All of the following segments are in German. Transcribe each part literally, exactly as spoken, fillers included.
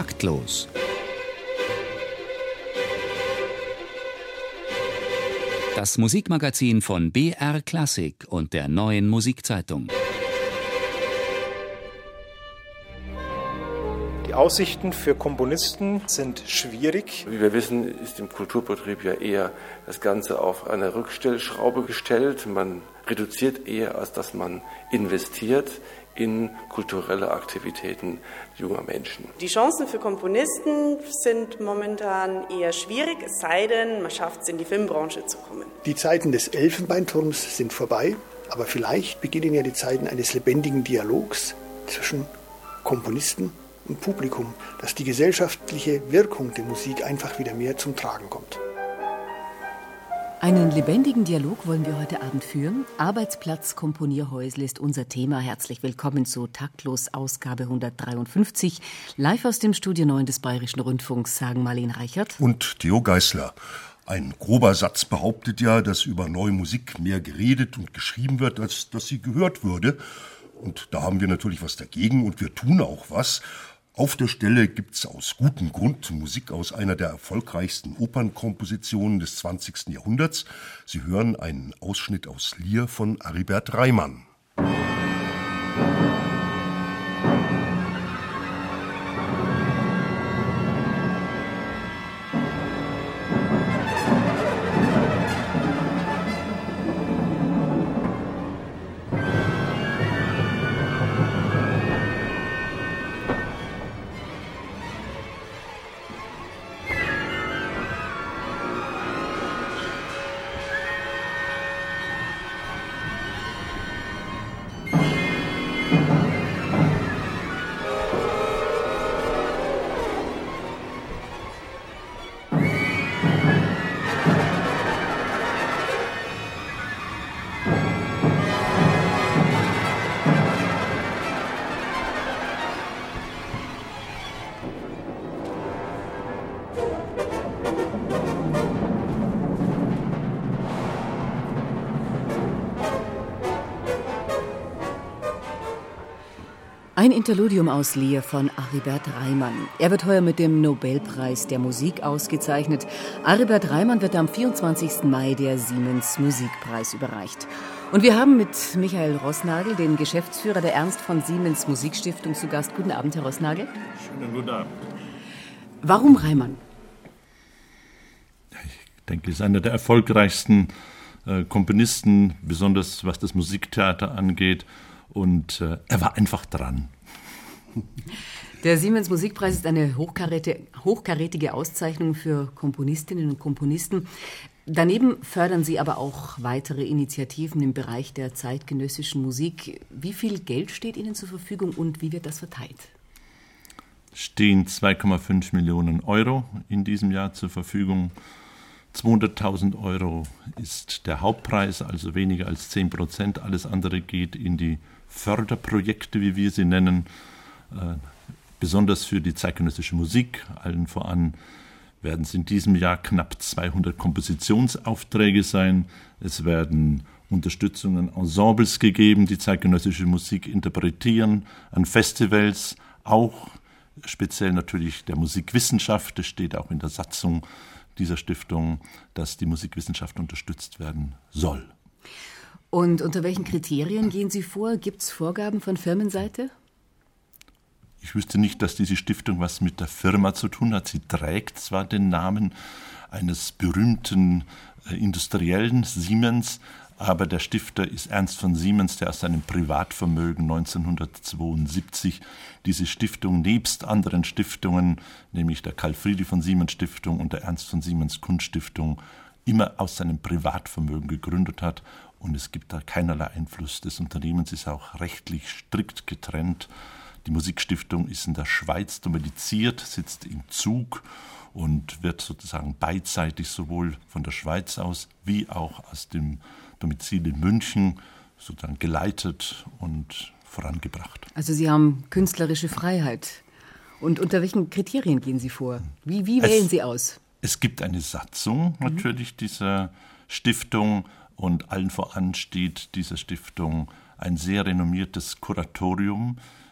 Taktlos. Das Musikmagazin von B R Klassik und der Neuen Musikzeitung. Die Aussichten für Komponisten sind schwierig. Wie wir wissen, ist im Kulturbetrieb ja eher das Ganze auf eine Rückstellschraube gestellt. Man reduziert eher, als dass man investiert in kulturelle Aktivitäten junger Menschen. Die Chancen für Komponisten sind momentan eher schwierig, es sei denn, man schafft es, in die Filmbranche zu kommen. Die Zeiten des Elfenbeinturms sind vorbei, aber vielleicht beginnen ja die Zeiten eines lebendigen Dialogs zwischen Komponisten und Publikum, dass die gesellschaftliche Wirkung der Musik einfach wieder mehr zum Tragen kommt. Einen lebendigen Dialog wollen wir heute Abend führen. Arbeitsplatz Komponierhäusl ist unser Thema. Herzlich willkommen zu Taktlos Ausgabe hundertdreiundfünfzig. Live aus dem Studio neun des Bayerischen Rundfunks sagen Marlene Reichert und Theo Geisler. Ein grober Satz behauptet ja, dass über neue Musik mehr geredet und geschrieben wird, als dass sie gehört würde. Und da haben wir natürlich was dagegen und wir tun auch was. Auf der Stelle gibt's aus gutem Grund Musik aus einer der erfolgreichsten Opernkompositionen des zwanzigsten Jahrhunderts. Sie hören einen Ausschnitt aus Lear von Aribert Reimann. Ein Interludium aus Lear von Aribert Reimann. Er wird heuer mit dem Nobelpreis der Musik ausgezeichnet. Aribert Reimann wird am vierundzwanzigsten Mai der Siemens Musikpreis überreicht. Und wir haben mit Michael Roßnagel, den Geschäftsführer der Ernst von Siemens Musikstiftung, zu Gast. Guten Abend, Herr Roßnagel. Schönen guten Abend. Warum Reimann? Ich denke, er ist einer der erfolgreichsten äh, Komponisten, besonders was das Musiktheater angeht. Und äh, er war einfach dran. Der Siemens Musikpreis ist eine hochkarätige, hochkarätige Auszeichnung für Komponistinnen und Komponisten. Daneben fördern Sie aber auch weitere Initiativen im Bereich der zeitgenössischen Musik. Wie viel Geld steht Ihnen zur Verfügung und wie wird das verteilt? Stehen zwei Komma fünf Millionen Euro in diesem Jahr zur Verfügung. zweihunderttausend Euro ist der Hauptpreis, also weniger als zehn Prozent. Alles andere geht in die Förderprojekte, wie wir sie nennen, äh, besonders für die zeitgenössische Musik. Allen voran werden es in diesem Jahr knapp zweihundert Kompositionsaufträge sein. Es werden Unterstützungen an Ensembles gegeben, die zeitgenössische Musik interpretieren, an Festivals, auch speziell natürlich der Musikwissenschaft. Es steht auch in der Satzung dieser Stiftung, dass die Musikwissenschaft unterstützt werden soll. Und unter welchen Kriterien gehen Sie vor? Gibt es Vorgaben von Firmenseite? Ich wüsste nicht, dass diese Stiftung was mit der Firma zu tun hat. Sie trägt zwar den Namen eines berühmten äh, Industriellen Siemens, aber der Stifter ist Ernst von Siemens, der aus seinem Privatvermögen neunzehnhundertzweiundsiebzig diese Stiftung nebst anderen Stiftungen, nämlich der Karl Friedrich von Siemens Stiftung und der Ernst von Siemens Kunststiftung, immer aus seinem Privatvermögen gegründet hat. Und es gibt da keinerlei Einfluss des Unternehmens, ist auch rechtlich strikt getrennt. Die Musikstiftung ist in der Schweiz domiziliert, sitzt im Zug und wird sozusagen beidseitig sowohl von der Schweiz aus wie auch aus dem Domizil in München sozusagen geleitet und vorangebracht. Also Sie haben künstlerische Freiheit. Und unter welchen Kriterien gehen Sie vor? Wie, wie wählen es, Sie aus? Es gibt eine Satzung natürlich mhm. dieser Stiftung und allen voran steht dieser Stiftung ein sehr renommiertes Kuratorium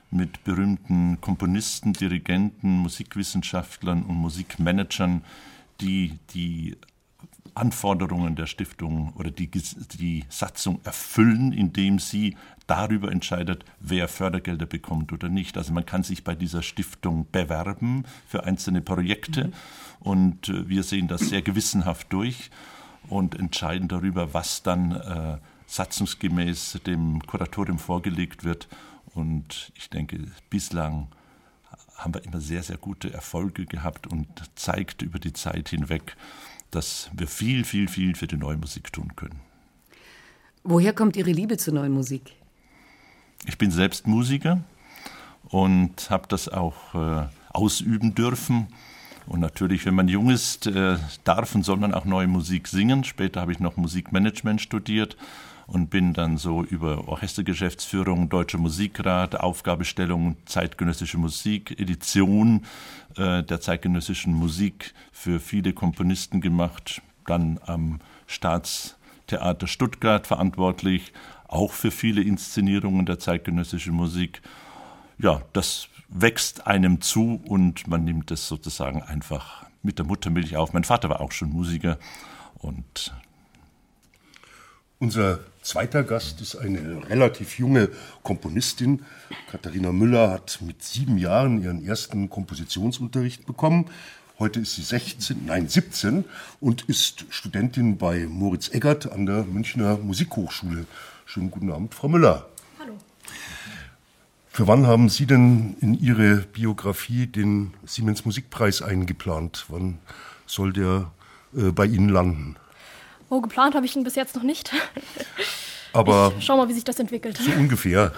mit berühmten Komponisten, Dirigenten, Musikwissenschaftlern und Musikmanagern, die die Anforderungen der Stiftung oder die, die Satzung erfüllen, indem sie darüber entscheidet, wer Fördergelder bekommt oder nicht. Also man kann sich bei dieser Stiftung bewerben für einzelne Projekte mhm. und wir sehen das sehr gewissenhaft durch und entscheiden darüber, was dann äh, satzungsgemäß dem Kuratorium vorgelegt wird. Und ich denke, bislang haben wir immer sehr, sehr gute Erfolge gehabt und zeigt über die Zeit hinweg, dass wir viel, viel, viel für die neue Musik tun können. Woher kommt Ihre Liebe zur neuen Musik? Ich bin selbst Musiker und habe das auch äh, ausüben dürfen. Und natürlich, wenn man jung ist, äh, darf und soll man auch neue Musik singen. Später habe ich noch Musikmanagement studiert und bin dann so über Orchestergeschäftsführung, Deutscher Musikrat, Aufgabestellung, zeitgenössische Musik, Edition äh, der zeitgenössischen Musik für viele Komponisten gemacht. Dann am Staatstheater Stuttgart verantwortlich, auch für viele Inszenierungen der zeitgenössischen Musik. Ja, das wächst einem zu und man nimmt es sozusagen einfach mit der Muttermilch auf. Mein Vater war auch schon Musiker und unser zweiter Gast ist eine relativ junge Komponistin. Katharina Müller hat mit sieben Jahren ihren ersten Kompositionsunterricht bekommen. Heute ist sie sechzehn, nein siebzehn und ist Studentin bei Moritz Eggert an der Münchner Musikhochschule. Schönen guten Abend, Frau Müller. Hallo. Für wann haben Sie denn in Ihre Biografie den Siemens Musikpreis eingeplant? Wann soll der äh, bei Ihnen landen? Oh, geplant habe ich ihn bis jetzt noch nicht. Aber ich schau mal, wie sich das entwickelt. So ungefähr.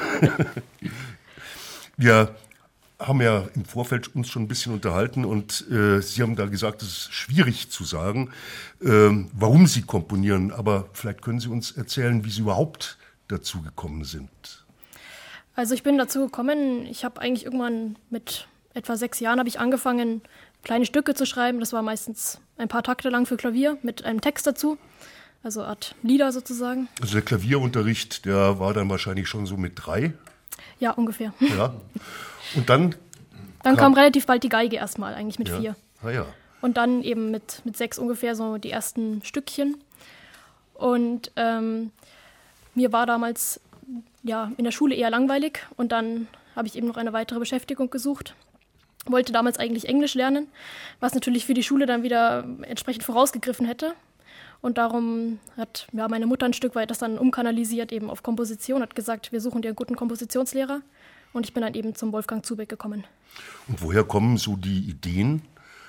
Wir haben ja im Vorfeld uns schon ein bisschen unterhalten und äh, Sie haben da gesagt, es ist schwierig zu sagen, äh, warum Sie komponieren. Aber vielleicht können Sie uns erzählen, wie Sie überhaupt dazu gekommen sind. Also ich bin dazu gekommen, ich habe eigentlich irgendwann mit etwa sechs Jahren habe ich angefangen, kleine Stücke zu schreiben. Das war meistens ein paar Takte lang für Klavier mit einem Text dazu. Also Art Lieder sozusagen. Also der Klavierunterricht, der war dann wahrscheinlich schon so mit drei? Ja, ungefähr. Ja. Und dann? Dann kam, kam relativ bald die Geige erstmal, eigentlich mit ja. vier. Ah, ja. Und dann eben mit, mit sechs ungefähr so die ersten Stückchen. Und ähm, mir war damals ja, in der Schule eher langweilig. Und dann habe ich eben noch eine weitere Beschäftigung gesucht. Wollte damals eigentlich Englisch lernen, was natürlich für die Schule dann wieder entsprechend vorausgegriffen hätte. Und darum hat ja, meine Mutter ein Stück weit das dann umkanalisiert eben auf Komposition, hat gesagt, wir suchen dir einen guten Kompositionslehrer. Und ich bin dann eben zum Wolfgang Zubeck gekommen. Und woher kommen so die Ideen?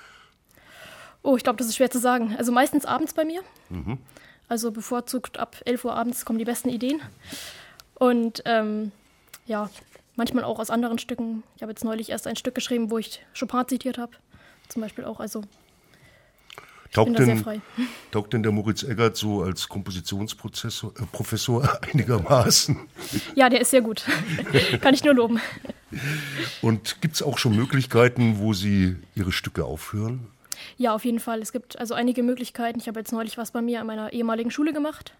Oh, ich glaube, das ist schwer zu sagen. Also meistens abends bei mir. Mhm. Also bevorzugt ab elf Uhr abends kommen die besten Ideen. Und ähm, ja, manchmal auch aus anderen Stücken. Ich habe jetzt neulich erst ein Stück geschrieben, wo ich Chopin zitiert habe. Zum Beispiel auch, also ich taugt bin da denn, sehr frei. Taugt denn der Moritz Eggert so als Kompositionsprofessor äh, Professor einigermaßen? Ja, der ist sehr gut. Kann ich nur loben. Und gibt es auch schon Möglichkeiten, wo Sie Ihre Stücke aufführen? Ja, auf jeden Fall. Es gibt also einige Möglichkeiten. Ich habe jetzt neulich was bei mir an meiner ehemaligen Schule gemacht.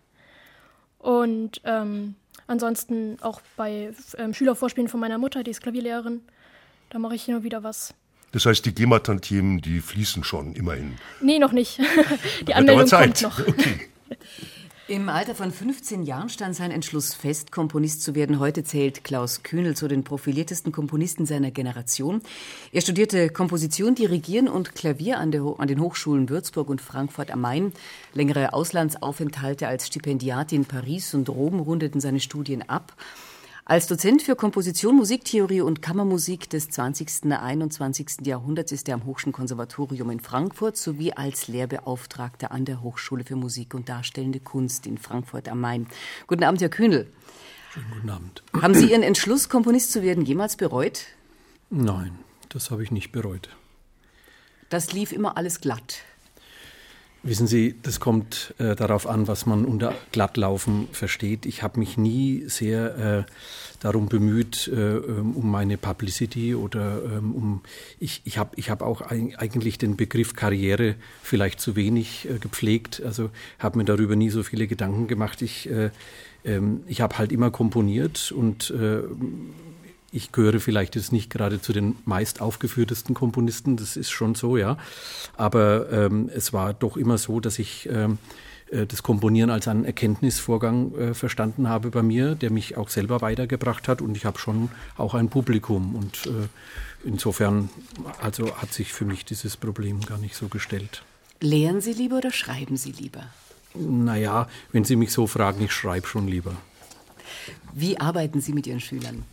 Und ähm, ansonsten auch bei ähm, Schülervorspielen von meiner Mutter, die ist Klavierlehrerin. Da mache ich hin und wieder was. Das heißt, die GEMA-Tantiemen, die fließen schon, immerhin? Nee, noch nicht. Die Anmeldung kommt noch. Okay. Im Alter von fünfzehn Jahren stand sein Entschluss fest, Komponist zu werden. Heute zählt Klaus Kühnel zu den profiliertesten Komponisten seiner Generation. Er studierte Komposition, Dirigieren und Klavier an, der, an den Hochschulen Würzburg und Frankfurt am Main. Längere Auslandsaufenthalte als Stipendiat in Paris und Rom rundeten seine Studien ab. Als Dozent für Komposition, Musiktheorie und Kammermusik des zwanzigsten und einundzwanzigsten Jahrhunderts ist er am Hochschulischen Konservatorium in Frankfurt sowie als Lehrbeauftragter an der Hochschule für Musik und Darstellende Kunst in Frankfurt am Main. Guten Abend, Herr Kühnel. Schönen guten Abend. Haben Sie Ihren Entschluss, Komponist zu werden, jemals bereut? Nein, das habe ich nicht bereut. Das lief immer alles glatt. Wissen Sie, das kommt äh, darauf an, was man unter Glattlaufen versteht. Ich habe mich nie sehr äh, darum bemüht, äh, um meine Publicity oder ähm, um. Ich, ich habe ich hab auch ein, eigentlich den Begriff Karriere vielleicht zu wenig äh, gepflegt. Also habe mir darüber nie so viele Gedanken gemacht. Ich, äh, ähm, ich habe halt immer komponiert und äh, ich gehöre vielleicht jetzt nicht gerade zu den meist aufgeführtesten Komponisten, das ist schon so, ja. Aber ähm, es war doch immer so, dass ich ähm, das Komponieren als einen Erkenntnisvorgang äh, verstanden habe bei mir, der mich auch selber weitergebracht hat, und ich habe schon auch ein Publikum, und äh, insofern also hat sich für mich dieses Problem gar nicht so gestellt. Lehren Sie lieber oder schreiben Sie lieber? Naja, wenn Sie mich so fragen, ich schreibe schon lieber. Wie arbeiten Sie mit Ihren Schülern?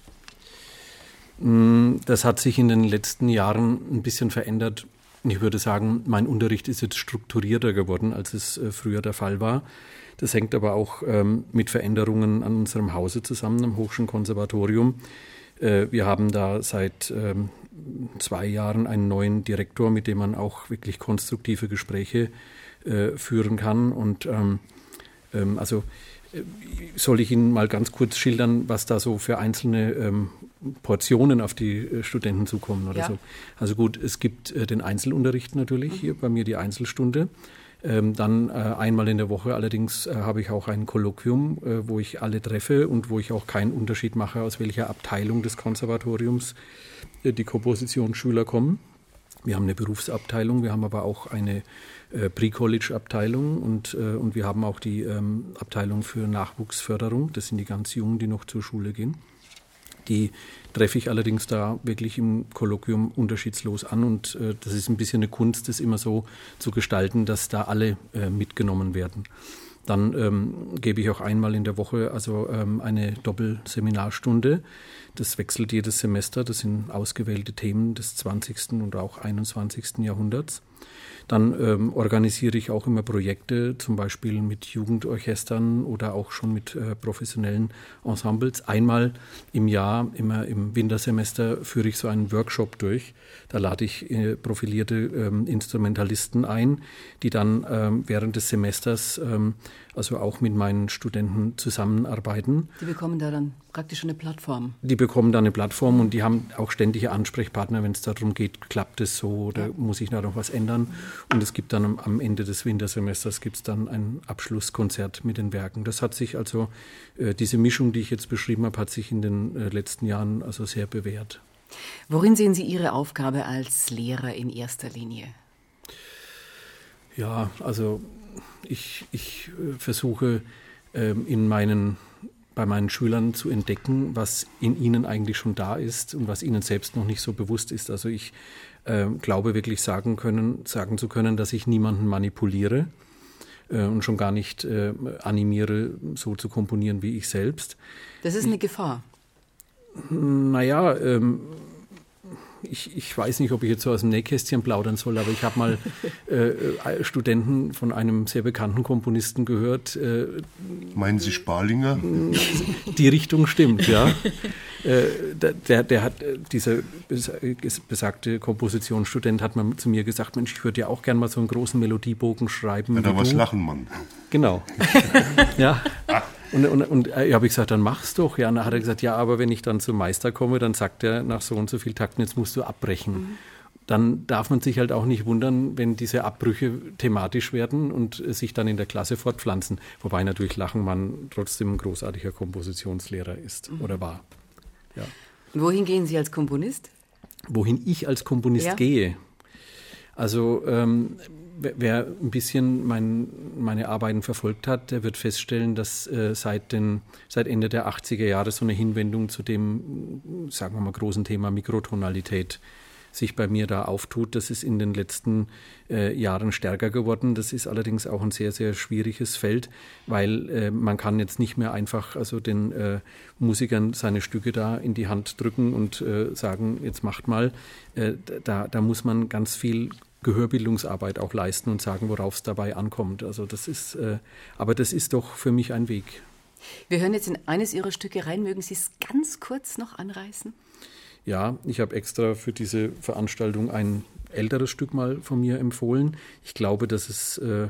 Das hat sich in den letzten Jahren ein bisschen verändert. Ich würde sagen, mein Unterricht ist jetzt strukturierter geworden, als es äh, früher der Fall war. Das hängt aber auch ähm, mit Veränderungen an unserem Hause zusammen, am Hochschen Konservatorium. Äh, wir haben da seit ähm, zwei Jahren einen neuen Direktor, mit dem man auch wirklich konstruktive Gespräche äh, führen kann. Und ähm, ähm, also äh, soll ich Ihnen mal ganz kurz schildern, was da so für einzelne ähm, Portionen auf die äh, Studenten zukommen oder ja. so. Also gut, es gibt äh, den Einzelunterricht natürlich, mhm. hier bei mir die Einzelstunde. Ähm, dann äh, einmal in der Woche allerdings äh, habe ich auch ein Kolloquium, äh, wo ich alle treffe und wo ich auch keinen Unterschied mache, aus welcher Abteilung des Konservatoriums äh, die Kompositionsschüler kommen. Wir haben eine Berufsabteilung, wir haben aber auch eine äh, Pre-College-Abteilung und, äh, und wir haben auch die ähm, Abteilung für Nachwuchsförderung. Das sind die ganz Jungen, die noch zur Schule gehen. Die treffe ich allerdings da wirklich im Kolloquium unterschiedslos an, und äh, das ist ein bisschen eine Kunst, das immer so zu gestalten, dass da alle äh, mitgenommen werden. Dann ähm, gebe ich auch einmal in der Woche also ähm, eine Doppelseminarstunde. Das wechselt jedes Semester, das sind ausgewählte Themen des zwanzigsten und auch einundzwanzigsten Jahrhunderts. Dann ähm, organisiere ich auch immer Projekte, zum Beispiel mit Jugendorchestern oder auch schon mit äh, professionellen Ensembles. Einmal im Jahr, immer im Wintersemester, führe ich so einen Workshop durch. Da lade ich äh, profilierte ähm, Instrumentalisten ein, die dann ähm, während des Semesters ähm, also auch mit meinen Studenten zusammenarbeiten. Die bekommen da dann praktisch eine Plattform. Die bekommen da eine Plattform und die haben auch ständige Ansprechpartner, wenn es darum geht, klappt es so oder ja. muss ich da noch was ändern. Und es gibt dann am, am Ende des Wintersemesters gibt's dann ein Abschlusskonzert mit den Werken. Das hat sich also, äh, diese Mischung, die ich jetzt beschrieben habe, hat sich in den äh, letzten Jahren also sehr bewährt. Worin sehen Sie Ihre Aufgabe als Lehrer in erster Linie? Ja, also ich, ich äh, versuche äh, in meinen, bei meinen Schülern zu entdecken, was in ihnen eigentlich schon da ist und was ihnen selbst noch nicht so bewusst ist. Also ich äh, glaube wirklich sagen können, sagen zu können, dass ich niemanden manipuliere äh, und schon gar nicht äh, animiere, so zu komponieren wie ich selbst. Das ist eine Gefahr. Naja, ähm, Ich, ich weiß nicht, ob ich jetzt so aus dem Nähkästchen plaudern soll, aber ich habe mal äh, Studenten von einem sehr bekannten Komponisten gehört. Äh, Meinen Sie Sparlinger? Die Richtung stimmt, ja. äh, der, der hat, dieser besagte Kompositionsstudent hat mal zu mir gesagt, Mensch, ich würde ja auch gerne mal so einen großen Melodiebogen schreiben. Ja, da was lachen, Mann. Genau. ja. Und, und, und ja, habe ich gesagt, dann mach's doch. Ja, und dann hat er gesagt, ja, aber wenn ich dann zum Meister komme, dann sagt er nach so und so viel Takten, jetzt musst du abbrechen. Mhm. Dann darf man sich halt auch nicht wundern, wenn diese Abbrüche thematisch werden und sich dann in der Klasse fortpflanzen. Wobei natürlich Lachenmann trotzdem ein großartiger Kompositionslehrer ist mhm. oder war. Ja. Und wohin gehen Sie als Komponist? Wohin ich als Komponist ja. gehe? Also ähm, wer ein bisschen mein, meine Arbeiten verfolgt hat, der wird feststellen, dass äh, seit, den, seit Ende der achtziger Jahre so eine Hinwendung zu dem, sagen wir mal, großen Thema Mikrotonalität sich bei mir da auftut. Das ist in den letzten äh, Jahren stärker geworden. Das ist allerdings auch ein sehr, sehr schwieriges Feld, weil äh, man kann jetzt nicht mehr einfach also den äh, Musikern seine Stücke da in die Hand drücken und äh, sagen, jetzt macht mal. Äh, da, da muss man ganz viel Gehörbildungsarbeit auch leisten und sagen, worauf es dabei ankommt. Also das ist, äh, aber das ist doch für mich ein Weg. Wir hören jetzt in eines Ihrer Stücke rein. Mögen Sie es ganz kurz noch anreißen? Ja, ich habe extra für diese Veranstaltung ein älteres Stück mal von mir empfohlen. Ich glaube, dass es äh,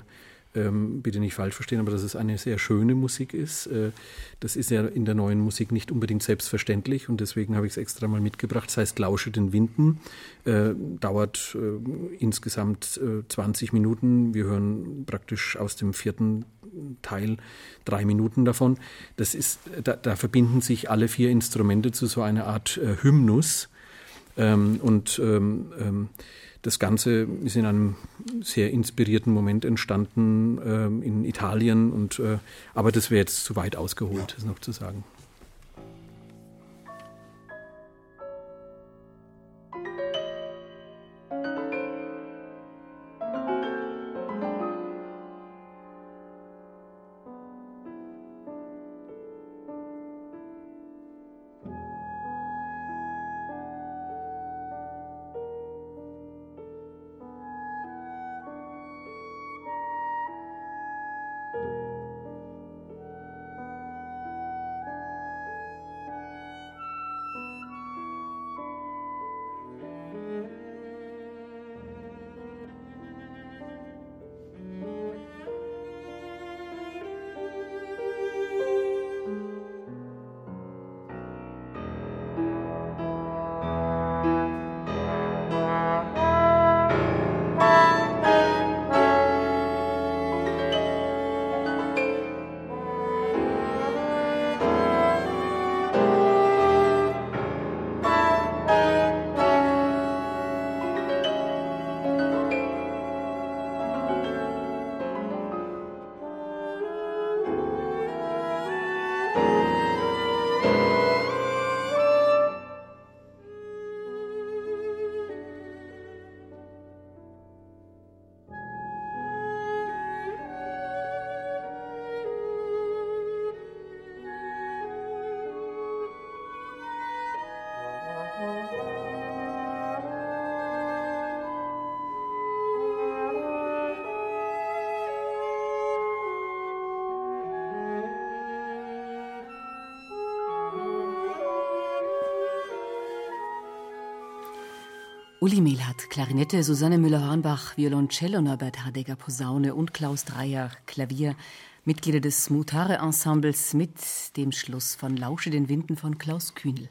ähm, bitte nicht falsch verstehen, aber dass es eine sehr schöne Musik ist. Äh, das ist ja in der neuen Musik nicht unbedingt selbstverständlich und deswegen habe ich es extra mal mitgebracht. Das heißt Lausche den Winden, äh, dauert äh, insgesamt äh, zwanzig Minuten. Wir hören praktisch aus dem vierten Teil drei Minuten davon. Das ist, da, da verbinden sich alle vier Instrumente zu so einer Art äh, Hymnus ähm, und ähm, ähm, das Ganze ist in einem sehr inspirierten Moment entstanden ähm, in Italien, und, äh, aber das wäre jetzt zu weit ausgeholt, das noch zu sagen. Uli Mehlhardt, Klarinette, Susanne Müller-Hornbach, Violoncello, Norbert Hardegger, Posaune und Klaus Dreyer, Klavier. Mitglieder des Mutare-Ensembles mit dem Schluss von Lausche den Winden von Klaus Kühnel.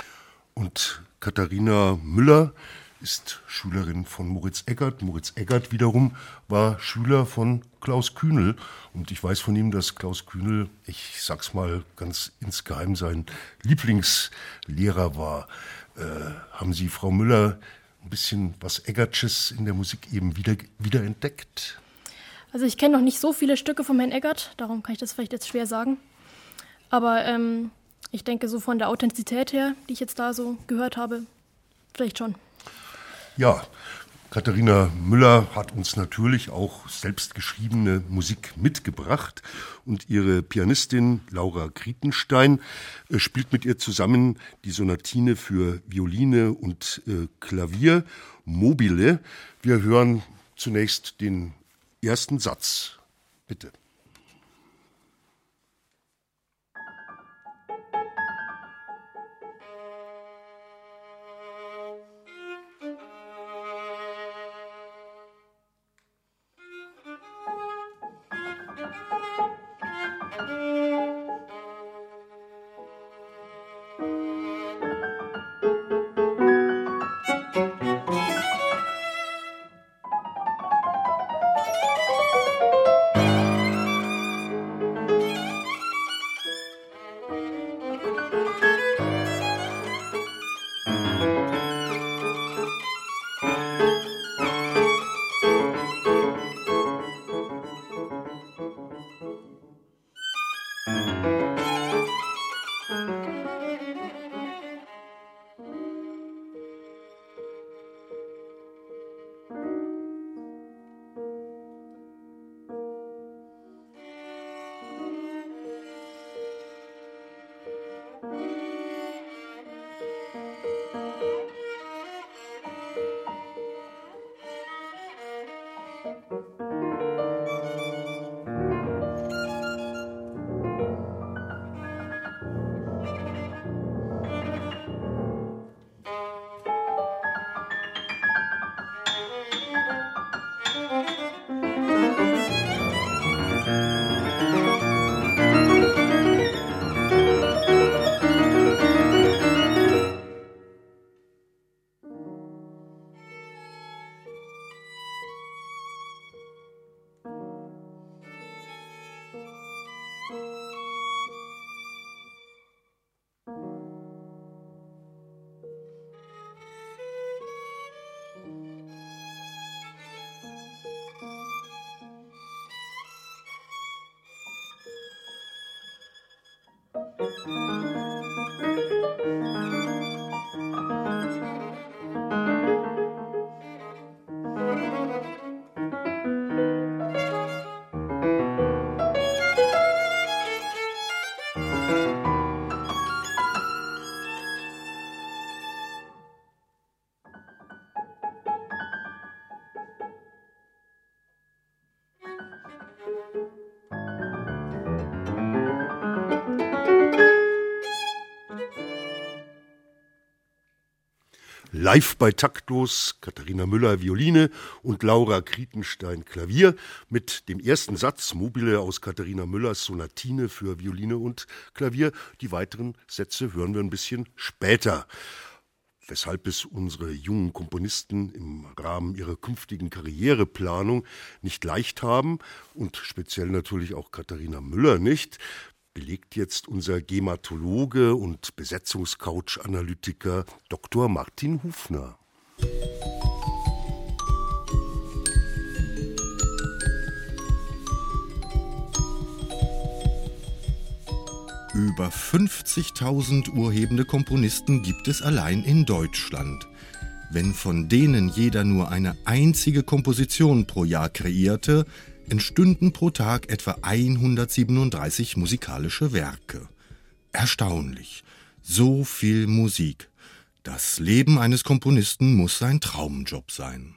Und Katharina Müller ist Schülerin von Moritz Eggert. Moritz Eggert wiederum war Schüler von Klaus Kühnel. Und ich weiß von ihm, dass Klaus Kühnel, ich sag's mal ganz insgeheim, sein Lieblingslehrer war. Äh, haben Sie, Frau Müller, ein bisschen was Eggertsches in der Musik eben wieder, wieder entdeckt? Also ich kenne noch nicht so viele Stücke von Herrn Eggert, darum kann ich das vielleicht jetzt schwer sagen. Aber ähm, ich denke, so von der Authentizität her, die ich jetzt da so gehört habe, vielleicht schon. Ja, Katharina Müller hat uns natürlich auch selbst geschriebene Musik mitgebracht und ihre Pianistin Laura Grietenstein äh, spielt mit ihr zusammen die Sonatine für Violine und äh, Klavier, Mobile. Wir hören zunächst den ersten Satz. Bitte. Live bei Taktlos, Katharina Müller Violine und Laura Krietenstein Klavier mit dem ersten Satz Mobile aus Katharina Müllers Sonatine für Violine und Klavier. Die weiteren Sätze hören wir ein bisschen später. Weshalb es unsere jungen Komponisten im Rahmen ihrer künftigen Karriereplanung nicht leicht haben und speziell natürlich auch Katharina Müller nicht, belegt jetzt unser Gematologe und Besetzungscouch-Analytiker Doktor Martin Hufner. Über fünfzigtausend urhebende Komponisten gibt es allein in Deutschland. Wenn von denen jeder nur eine einzige Komposition pro Jahr kreierte, entstünden pro Tag etwa hundertsiebenunddreißig musikalische Werke. Erstaunlich. So viel Musik. Das Leben eines Komponisten muss sein Traumjob sein.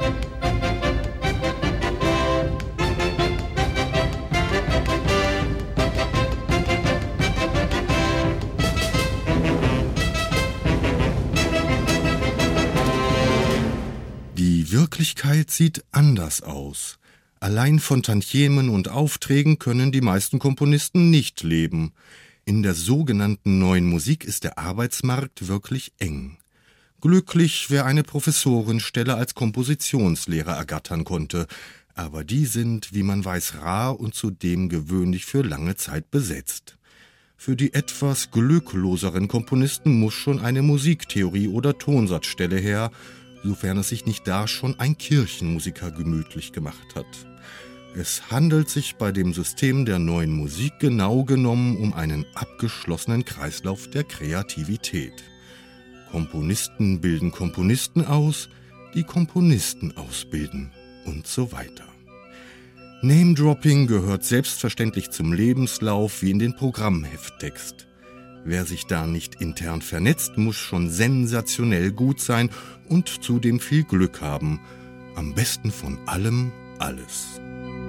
Die Wirklichkeit sieht anders aus. Allein von Tantiemen und Aufträgen können die meisten Komponisten nicht leben. In der sogenannten neuen Musik ist der Arbeitsmarkt wirklich eng. Glücklich, wer eine Professorenstelle als Kompositionslehrer ergattern konnte, aber die sind, wie man weiß, rar und zudem gewöhnlich für lange Zeit besetzt. Für die etwas glückloseren Komponisten muss schon eine Musiktheorie oder Tonsatzstelle her, sofern es sich nicht da schon ein Kirchenmusiker gemütlich gemacht hat. Es handelt sich bei dem System der neuen Musik genau genommen um einen abgeschlossenen Kreislauf der Kreativität. Komponisten bilden Komponisten aus, die Komponisten ausbilden und so weiter. Name-Dropping gehört selbstverständlich zum Lebenslauf wie in den Programmhefttext. Wer sich da nicht intern vernetzt, muss schon sensationell gut sein und zudem viel Glück haben. Am besten von allem alles.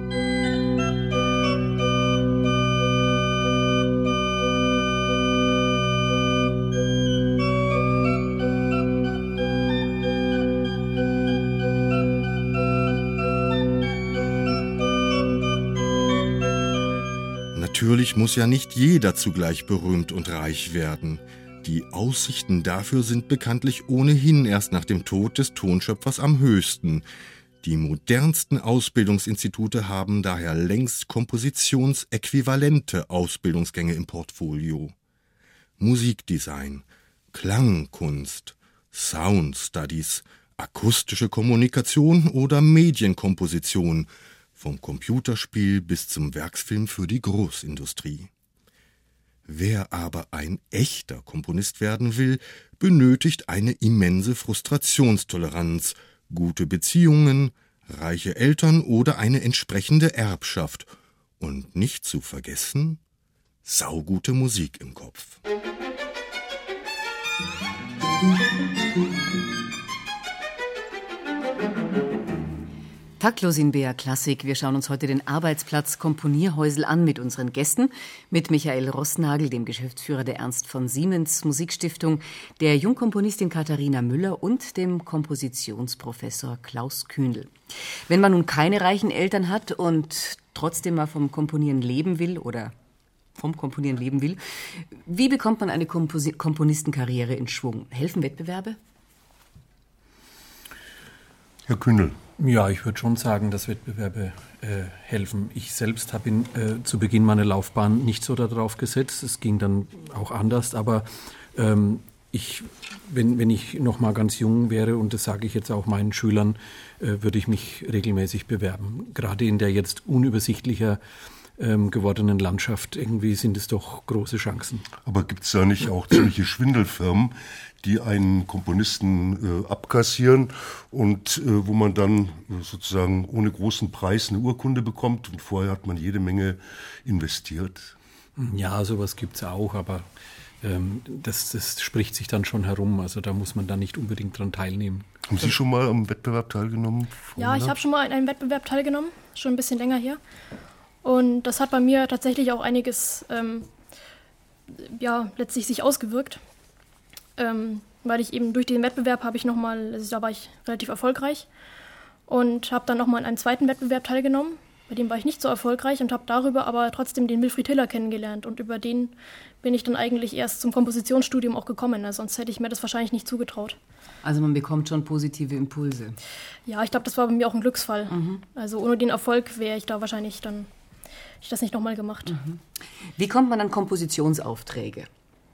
Natürlich muss ja nicht jeder zugleich berühmt und reich werden. Die Aussichten dafür sind bekanntlich ohnehin erst nach dem Tod des Tonschöpfers am höchsten. Die modernsten Ausbildungsinstitute haben daher längst kompositionsäquivalente Ausbildungsgänge im Portfolio. Musikdesign, Klangkunst, Sound Studies, akustische Kommunikation oder Medienkomposition, vom Computerspiel bis zum Werksfilm für die Großindustrie. Wer aber ein echter Komponist werden will, benötigt eine immense Frustrationstoleranz, gute Beziehungen, reiche Eltern oder eine entsprechende Erbschaft und nicht zu vergessen, saugute Musik im Kopf. Taktlos in B R Klassik. Wir schauen uns heute den Arbeitsplatz Komponierhäusl an mit unseren Gästen, mit Michael Roßnagel, dem Geschäftsführer der Ernst von Siemens Musikstiftung, der Jungkomponistin Katharina Müller und dem Kompositionsprofessor Klaus Kühnl. Wenn man nun keine reichen Eltern hat und trotzdem mal vom Komponieren leben will oder vom Komponieren leben will, wie bekommt man eine Kompos- Komponistenkarriere in Schwung? Helfen Wettbewerbe? Herr Kühnl. Ja, ich würde schon sagen, dass Wettbewerbe äh, helfen. Ich selbst habe äh, zu Beginn meiner Laufbahn nicht so darauf gesetzt. Es ging dann auch anders, aber ähm, ich, wenn, wenn ich noch mal ganz jung wäre, und das sage ich jetzt auch meinen Schülern, äh, würde ich mich regelmäßig bewerben. Gerade in der jetzt unübersichtlicher ähm, gewordenen Landschaft, irgendwie sind es doch große Chancen. Aber gibt es da nicht auch ziemliche Schwindelfirmen, die einen Komponisten äh, abkassieren und äh, wo man dann äh, sozusagen ohne großen Preis eine Urkunde bekommt und vorher hat man jede Menge investiert? Ja, sowas gibt es auch, aber ähm, das, das spricht sich dann schon herum. Also da muss man dann nicht unbedingt dran teilnehmen. Haben Sie schon mal am Wettbewerb teilgenommen? Ja, ich habe schon mal an einem Wettbewerb teilgenommen, schon ein bisschen länger her. Und das hat bei mir tatsächlich auch einiges ähm, ja, letztlich sich ausgewirkt. Ähm, weil ich eben durch den Wettbewerb habe ich nochmal, also da war ich relativ erfolgreich und habe dann nochmal an einem zweiten Wettbewerb teilgenommen. Bei dem war ich nicht so erfolgreich und habe darüber aber trotzdem den Wilfried Hiller kennengelernt. Und über den bin ich dann eigentlich erst zum Kompositionsstudium auch gekommen. Also sonst hätte ich mir das wahrscheinlich nicht zugetraut. Also man bekommt schon positive Impulse. Ja, ich glaube, das war bei mir auch ein Glücksfall. Mhm. Also ohne den Erfolg wäre ich da wahrscheinlich dann, hätte ich das nicht nochmal gemacht. Mhm. Wie kommt man an Kompositionsaufträge?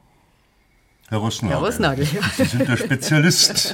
Herr Rossnagel, Herr Rossnagel. Sie sind der Spezialist.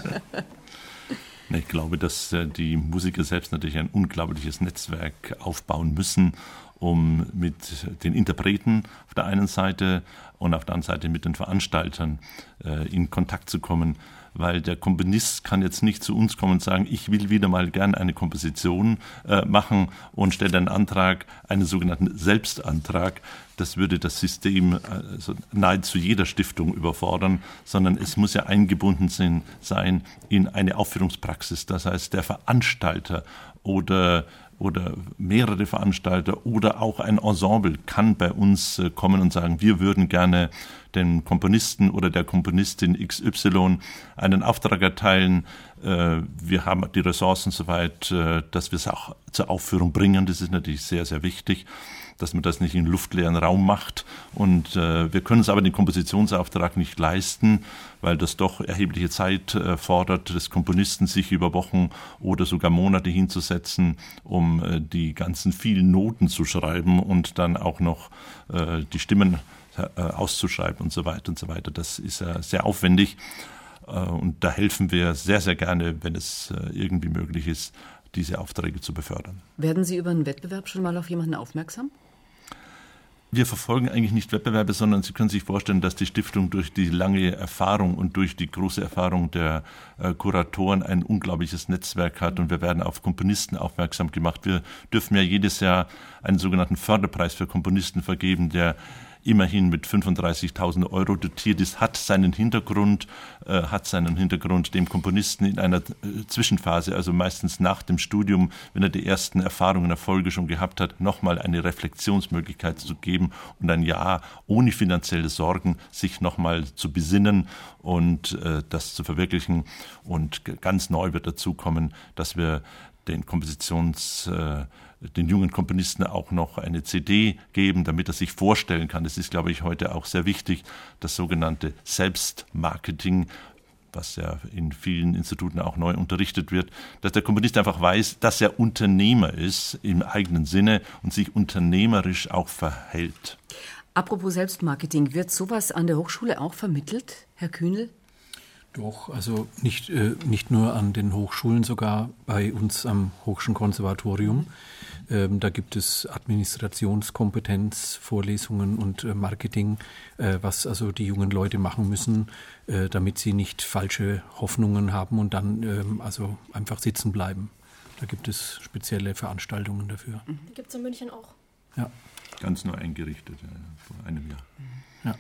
Ich glaube, dass die Musiker selbst natürlich ein unglaubliches Netzwerk aufbauen müssen, um mit den Interpreten auf der einen Seite und auf der anderen Seite mit den Veranstaltern äh, in Kontakt zu kommen. Weil der Komponist kann jetzt nicht zu uns kommen und sagen, ich will wieder mal gern eine Komposition äh, machen und stelle einen Antrag, einen sogenannten Selbstantrag. Das würde das System also nahezu jeder Stiftung überfordern, sondern es muss ja eingebunden sein in eine Aufführungspraxis. Das heißt, der Veranstalter oder oder mehrere Veranstalter oder auch ein Ensemble kann bei uns kommen und sagen, wir würden gerne dem Komponisten oder der Komponistin X Y einen Auftrag erteilen. Wir haben die Ressourcen soweit, dass wir es auch zur Aufführung bringen. Das ist natürlich sehr, sehr wichtig, dass man das nicht in luftleeren Raum macht. Und äh, wir können es aber den Kompositionsauftrag nicht leisten, weil das doch erhebliche Zeit äh, fordert, des Komponisten sich über Wochen oder sogar Monate hinzusetzen, um äh, die ganzen vielen Noten zu schreiben und dann auch noch äh, die Stimmen äh, auszuschreiben und so weiter und so weiter. Das ist äh, sehr aufwendig äh, und da helfen wir sehr, sehr gerne, wenn es äh, irgendwie möglich ist, diese Aufträge zu befördern. Werden Sie über einen Wettbewerb schon mal auf jemanden aufmerksam? Wir verfolgen eigentlich nicht Wettbewerbe, sondern Sie können sich vorstellen, dass die Stiftung durch die lange Erfahrung und durch die große Erfahrung der äh, Kuratoren ein unglaubliches Netzwerk hat und wir werden auf Komponisten aufmerksam gemacht. Wir dürfen ja jedes Jahr einen sogenannten Förderpreis für Komponisten vergeben, der immerhin mit fünfunddreißigtausend Euro dotiert ist, hat seinen Hintergrund, äh, hat seinen Hintergrund dem Komponisten in einer äh, Zwischenphase, also meistens nach dem Studium, wenn er die ersten Erfahrungen, Erfolge schon gehabt hat, nochmal eine Reflexionsmöglichkeit zu geben und ein Jahr ohne finanzielle Sorgen sich nochmal zu besinnen und äh, das zu verwirklichen. Und ganz neu wird dazu kommen, dass wir den Kompositions äh, den jungen Komponisten auch noch eine C D geben, damit er sich vorstellen kann. Das ist, glaube ich, heute auch sehr wichtig, das sogenannte Selbstmarketing, was ja in vielen Instituten auch neu unterrichtet wird, dass der Komponist einfach weiß, dass er Unternehmer ist im eigenen Sinne und sich unternehmerisch auch verhält. Apropos Selbstmarketing, wird sowas an der Hochschule auch vermittelt, Herr Kühnel? Doch, also nicht, äh, nicht nur an den Hochschulen, sogar bei uns am Hochschen Konservatorium. Ähm, da gibt es Administrationskompetenz, Vorlesungen und äh, Marketing, äh, was also die jungen Leute machen müssen, äh, damit sie nicht falsche Hoffnungen haben und dann ähm, also einfach sitzen bleiben. Da gibt es spezielle Veranstaltungen dafür. Die gibt es in München auch. Ja. Ganz neu eingerichtet, ja, vor einem Jahr. Ja.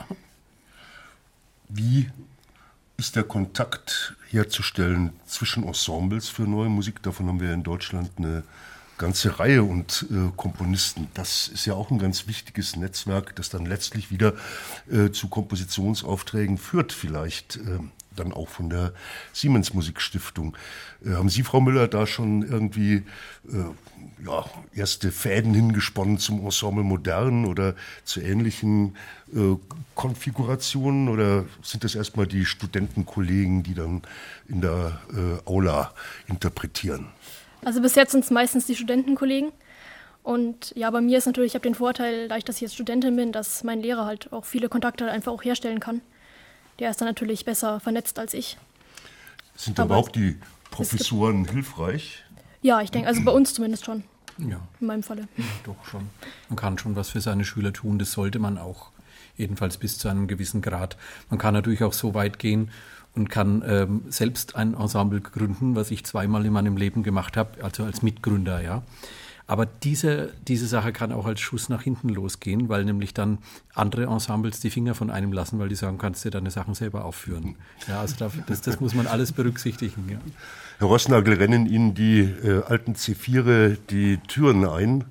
Wie ist der Kontakt herzustellen zwischen Ensembles für neue Musik? Davon haben wir in Deutschland eine ganze Reihe und äh, Komponisten. Das ist ja auch ein ganz wichtiges Netzwerk, das dann letztlich wieder äh, zu Kompositionsaufträgen führt, vielleicht äh, dann auch von der Siemens Musikstiftung. Äh, haben Sie, Frau Müller, da schon irgendwie äh, ja, erste Fäden hingesponnen zum Ensemble Modern oder zu ähnlichen äh, Konfigurationen? Oder sind das erstmal die Studentenkollegen, die dann in der äh, Aula interpretieren? Also bis jetzt sind es meistens die Studentenkollegen. Und ja, bei mir ist natürlich, ich habe den Vorteil, dadurch, dass ich jetzt Studentin bin, dass mein Lehrer halt auch viele Kontakte einfach auch herstellen kann. Der ist dann natürlich besser vernetzt als ich. Sind aber auch die Professoren hilfreich? Ja, ich denke, also bei uns zumindest schon. Ja. In meinem Falle. Ja, doch schon. Man kann schon was für seine Schüler tun, das sollte man auch. Jedenfalls bis zu einem gewissen Grad. Man kann natürlich auch so weit gehen und kann ähm, selbst ein Ensemble gründen, was ich zweimal in meinem Leben gemacht habe, also als Mitgründer, ja. Aber diese, diese Sache kann auch als Schuss nach hinten losgehen, weil nämlich dann andere Ensembles die Finger von einem lassen, weil die sagen, kannst du deine Sachen selber aufführen. Ja, also das, das muss man alles berücksichtigen. Ja. Herr Roßnagel, rennen Ihnen die äh, alten Zephyre die Türen ein?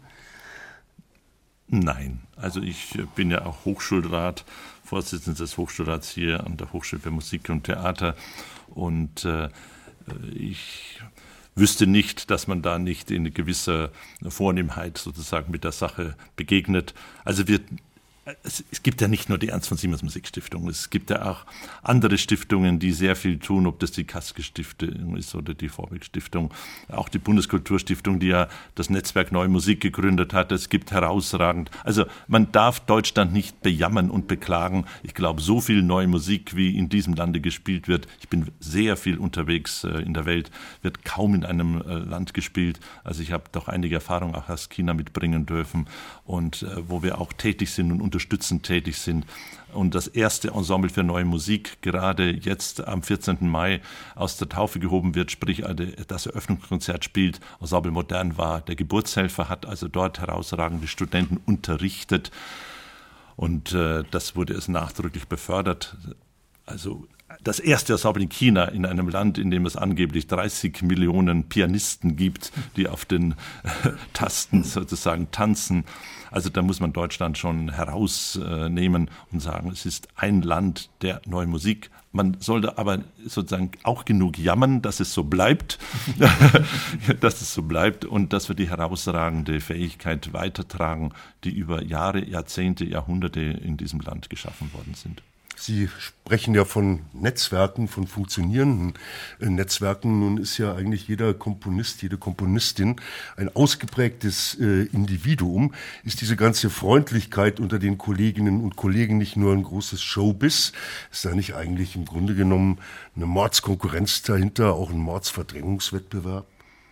Nein, also ich bin ja auch Hochschulrat, Vorsitzender des Hochschulrats hier an der Hochschule für Musik und Theater und äh, ich wüsste nicht, dass man da nicht in gewisser Vornehmheit sozusagen mit der Sache begegnet. Also wir Es, es gibt ja nicht nur die Ernst von Siemens Musikstiftung, es gibt ja auch andere Stiftungen, die sehr viel tun, ob das die Kaske-Stiftung ist oder die Vorbeck-Stiftung, auch die Bundeskulturstiftung, die ja das Netzwerk Neue Musik gegründet hat. Es gibt herausragend, also man darf Deutschland nicht bejammern und beklagen. Ich glaube, so viel neue Musik, wie in diesem Lande gespielt wird, ich bin sehr viel unterwegs in der Welt, wird kaum in einem Land gespielt. Also ich habe doch einige Erfahrungen auch aus China mitbringen dürfen und wo wir auch tätig sind und unterstützend tätig sind. Und das erste Ensemble für neue Musik gerade jetzt am vierzehnten Mai aus der Taufe gehoben wird, sprich das Eröffnungskonzert spielt. Ensemble Modern war der Geburtshelfer, hat also dort herausragende Studenten unterrichtet und äh, das wurde es nachdrücklich befördert. Also das erste Ensemble in China, in einem Land, in dem es angeblich dreißig Millionen Pianisten gibt, die auf den äh, Tasten sozusagen tanzen. Also da muss man Deutschland schon herausnehmen und sagen, es ist ein Land der neuen Musik. Man sollte aber sozusagen auch genug jammern, dass es so bleibt, dass es so bleibt und dass wir die herausragende Fähigkeit weitertragen, die über Jahre, Jahrzehnte, Jahrhunderte in diesem Land geschaffen worden sind. Sie sprechen ja von Netzwerken, von funktionierenden Netzwerken. Nun ist ja eigentlich jeder Komponist, jede Komponistin ein ausgeprägtes äh, Individuum. Ist diese ganze Freundlichkeit unter den Kolleginnen und Kollegen nicht nur ein großes Showbiz? Ist da nicht eigentlich im Grunde genommen eine Mordskonkurrenz dahinter, auch ein Mordsverdrängungswettbewerb?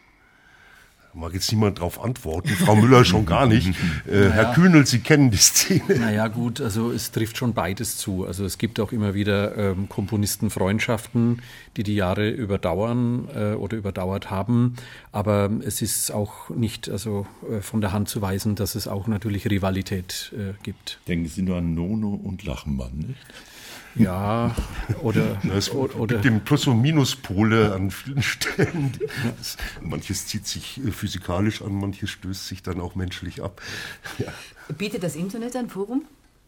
Mag jetzt niemand darauf antworten, Frau Müller schon gar nicht. Äh, naja. Herr Kühnel, Sie kennen die Szene. Naja gut, also es trifft schon beides zu. Also es gibt auch immer wieder ähm, Komponistenfreundschaften, die die Jahre überdauern äh, oder überdauert haben. Aber es ist auch nicht also äh, von der Hand zu weisen, dass es auch natürlich Rivalität äh, gibt. Denken Sie nur an Nono und Lachenmann, nicht? Ja, oder... Na, es oder gibt eben Plus- und Minuspole an vielen Stellen. Manches zieht sich physikalisch an, manches stößt sich dann auch menschlich ab. Ja. Bietet das Internet ein Forum?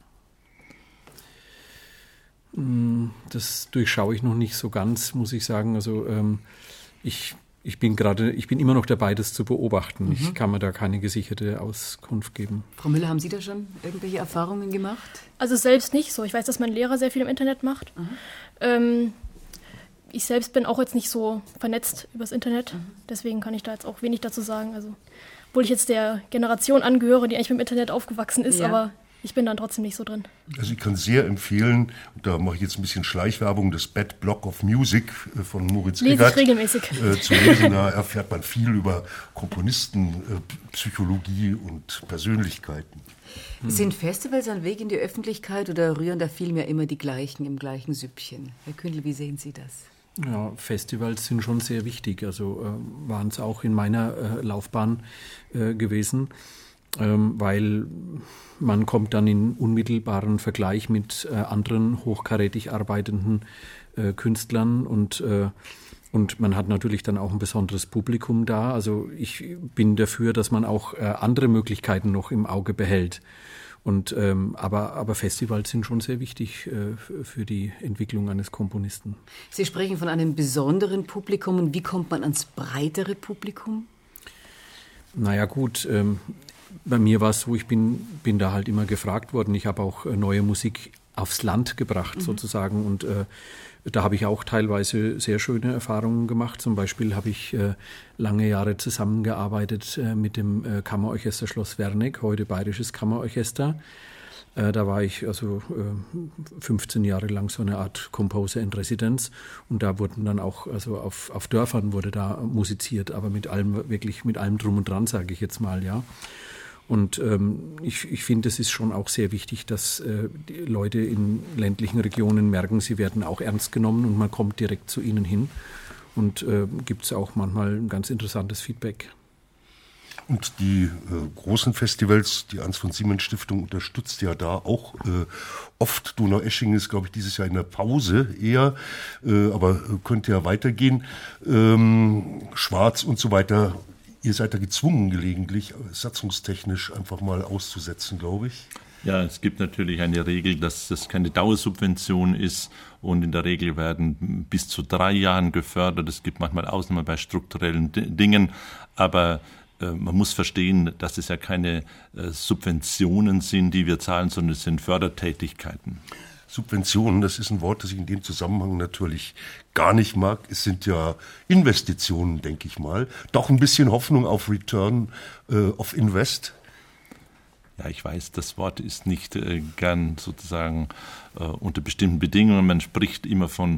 Das durchschaue ich noch nicht so ganz, muss ich sagen. Also ähm, ich... Ich bin gerade, ich bin immer noch dabei, das zu beobachten. Mhm. Ich kann mir da keine gesicherte Auskunft geben. Frau Müller, haben Sie da schon irgendwelche Erfahrungen gemacht? Also selbst nicht so. Ich weiß, dass mein Lehrer sehr viel im Internet macht. Mhm. Ähm, ich selbst bin auch jetzt nicht so vernetzt übers Internet. Mhm. Deswegen kann ich da jetzt auch wenig dazu sagen. Also, obwohl ich jetzt der Generation angehöre, die eigentlich mit dem Internet aufgewachsen ist, ja. Aber ich bin dann trotzdem nicht so drin. Also ich kann sehr empfehlen, und da mache ich jetzt ein bisschen Schleichwerbung, das Bad Block of Music von Moritz Lese ich regelmäßig. Äh, zu lesen. Da erfährt man viel über Komponisten, äh, Psychologie und Persönlichkeiten. Hm. Sind Festivals ein Weg in die Öffentlichkeit oder rühren da vielmehr immer die gleichen im gleichen Süppchen? Herr Kündel, wie sehen Sie das? Ja, Festivals sind schon sehr wichtig. Also äh, waren es auch in meiner äh, Laufbahn äh, gewesen. Ähm, weil man kommt dann in unmittelbaren Vergleich mit äh, anderen hochkarätig arbeitenden äh, Künstlern und, äh, und man hat natürlich dann auch ein besonderes Publikum da. Also ich bin dafür, dass man auch äh, andere Möglichkeiten noch im Auge behält. Und, ähm, aber, aber Festivals sind schon sehr wichtig äh, für die Entwicklung eines Komponisten. Sie sprechen von einem besonderen Publikum. Und wie kommt man ans breitere Publikum? Naja gut, ähm, bei mir war es so, ich bin, bin da halt immer gefragt worden. Ich habe auch äh, neue Musik aufs Land gebracht, mhm. sozusagen. Und äh, da habe ich auch teilweise sehr schöne Erfahrungen gemacht. Zum Beispiel habe ich äh, lange Jahre zusammengearbeitet äh, mit dem äh, Kammerorchester Schloss Werneck, heute Bayerisches Kammerorchester. Äh, da war ich also äh, fünfzehn Jahre lang so eine Art Composer in Residence und da wurden dann auch, also auf, auf Dörfern wurde da musiziert, aber mit allem, wirklich mit allem drum und dran, sage ich jetzt mal, ja. Und ähm, ich, ich finde, es ist schon auch sehr wichtig, dass äh, die Leute in ländlichen Regionen merken, sie werden auch ernst genommen und man kommt direkt zu ihnen hin. Und äh, gibt es auch manchmal ein ganz interessantes Feedback. Und die äh, großen Festivals, die Hans-von-Siemens-Stiftung unterstützt ja da auch äh, oft. Donaueschingen ist, glaube ich, dieses Jahr in der Pause eher, äh, aber könnte ja weitergehen. Ähm, Schwarz und so weiter. Ihr seid da gezwungen, gelegentlich satzungstechnisch einfach mal auszusetzen, glaube ich. Ja, es gibt natürlich eine Regel, dass das keine Dauersubvention ist und in der Regel werden bis zu drei Jahren gefördert. Es gibt manchmal Ausnahmen bei strukturellen D- Dingen, aber äh, man muss verstehen, dass es ja keine äh, Subventionen sind, die wir zahlen, sondern es sind Fördertätigkeiten. Subventionen, das ist ein Wort, das ich in dem Zusammenhang natürlich gar nicht mag. Es sind ja Investitionen, denke ich mal. Doch ein bisschen Hoffnung auf Return äh, of Invest. Ja, ich weiß, das Wort ist nicht äh, gern sozusagen äh, unter bestimmten Bedingungen. Man spricht immer von,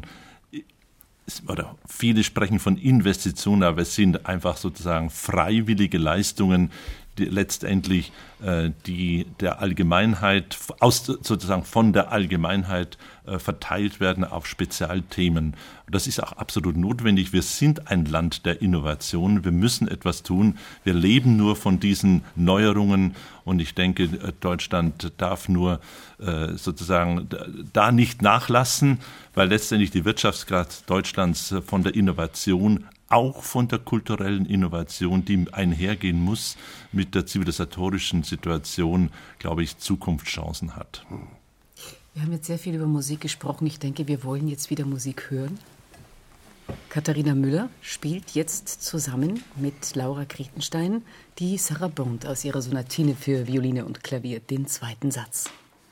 oder viele sprechen von Investitionen, aber es sind einfach sozusagen freiwillige Leistungen, die letztendlich äh, die der Allgemeinheit, aus, sozusagen von der Allgemeinheit äh, verteilt werden auf Spezialthemen. Und das ist auch absolut notwendig. Wir sind ein Land der Innovation. Wir müssen etwas tun. Wir leben nur von diesen Neuerungen. Und ich denke, Deutschland darf nur äh, sozusagen da nicht nachlassen, weil letztendlich die Wirtschaftskraft Deutschlands von der Innovation, auch von der kulturellen Innovation, die einhergehen muss mit der zivilisatorischen Situation, glaube ich, Zukunftschancen hat. Wir haben jetzt sehr viel über Musik gesprochen. Ich denke, wir wollen jetzt wieder Musik hören. Katharina Müller spielt jetzt zusammen mit Laura Kretenstein die Sarabande aus ihrer Sonatine für Violine und Klavier, den zweiten Satz.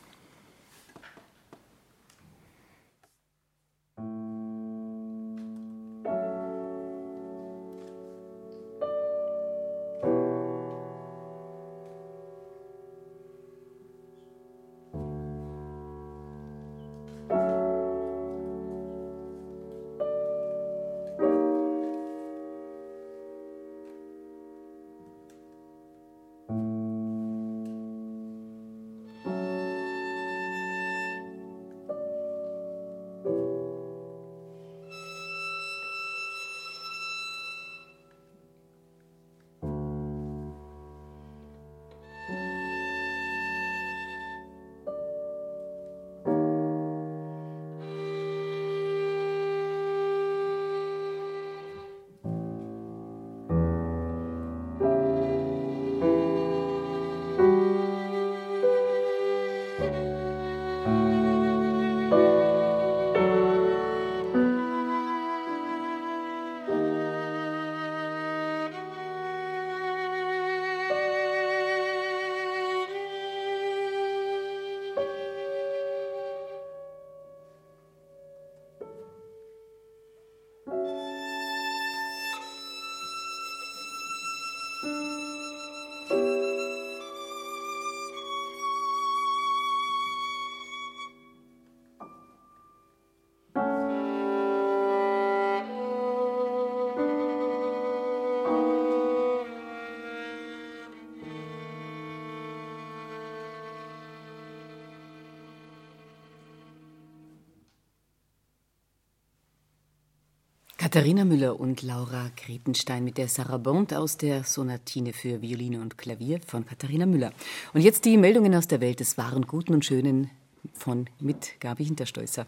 Katharina Müller und Laura Kretenstein mit der Sarabande aus der Sonatine für Violine und Klavier von Katharina Müller. Und jetzt die Meldungen aus der Welt des Wahren, Guten und Schönen von mit Gabi Hinterstoißer.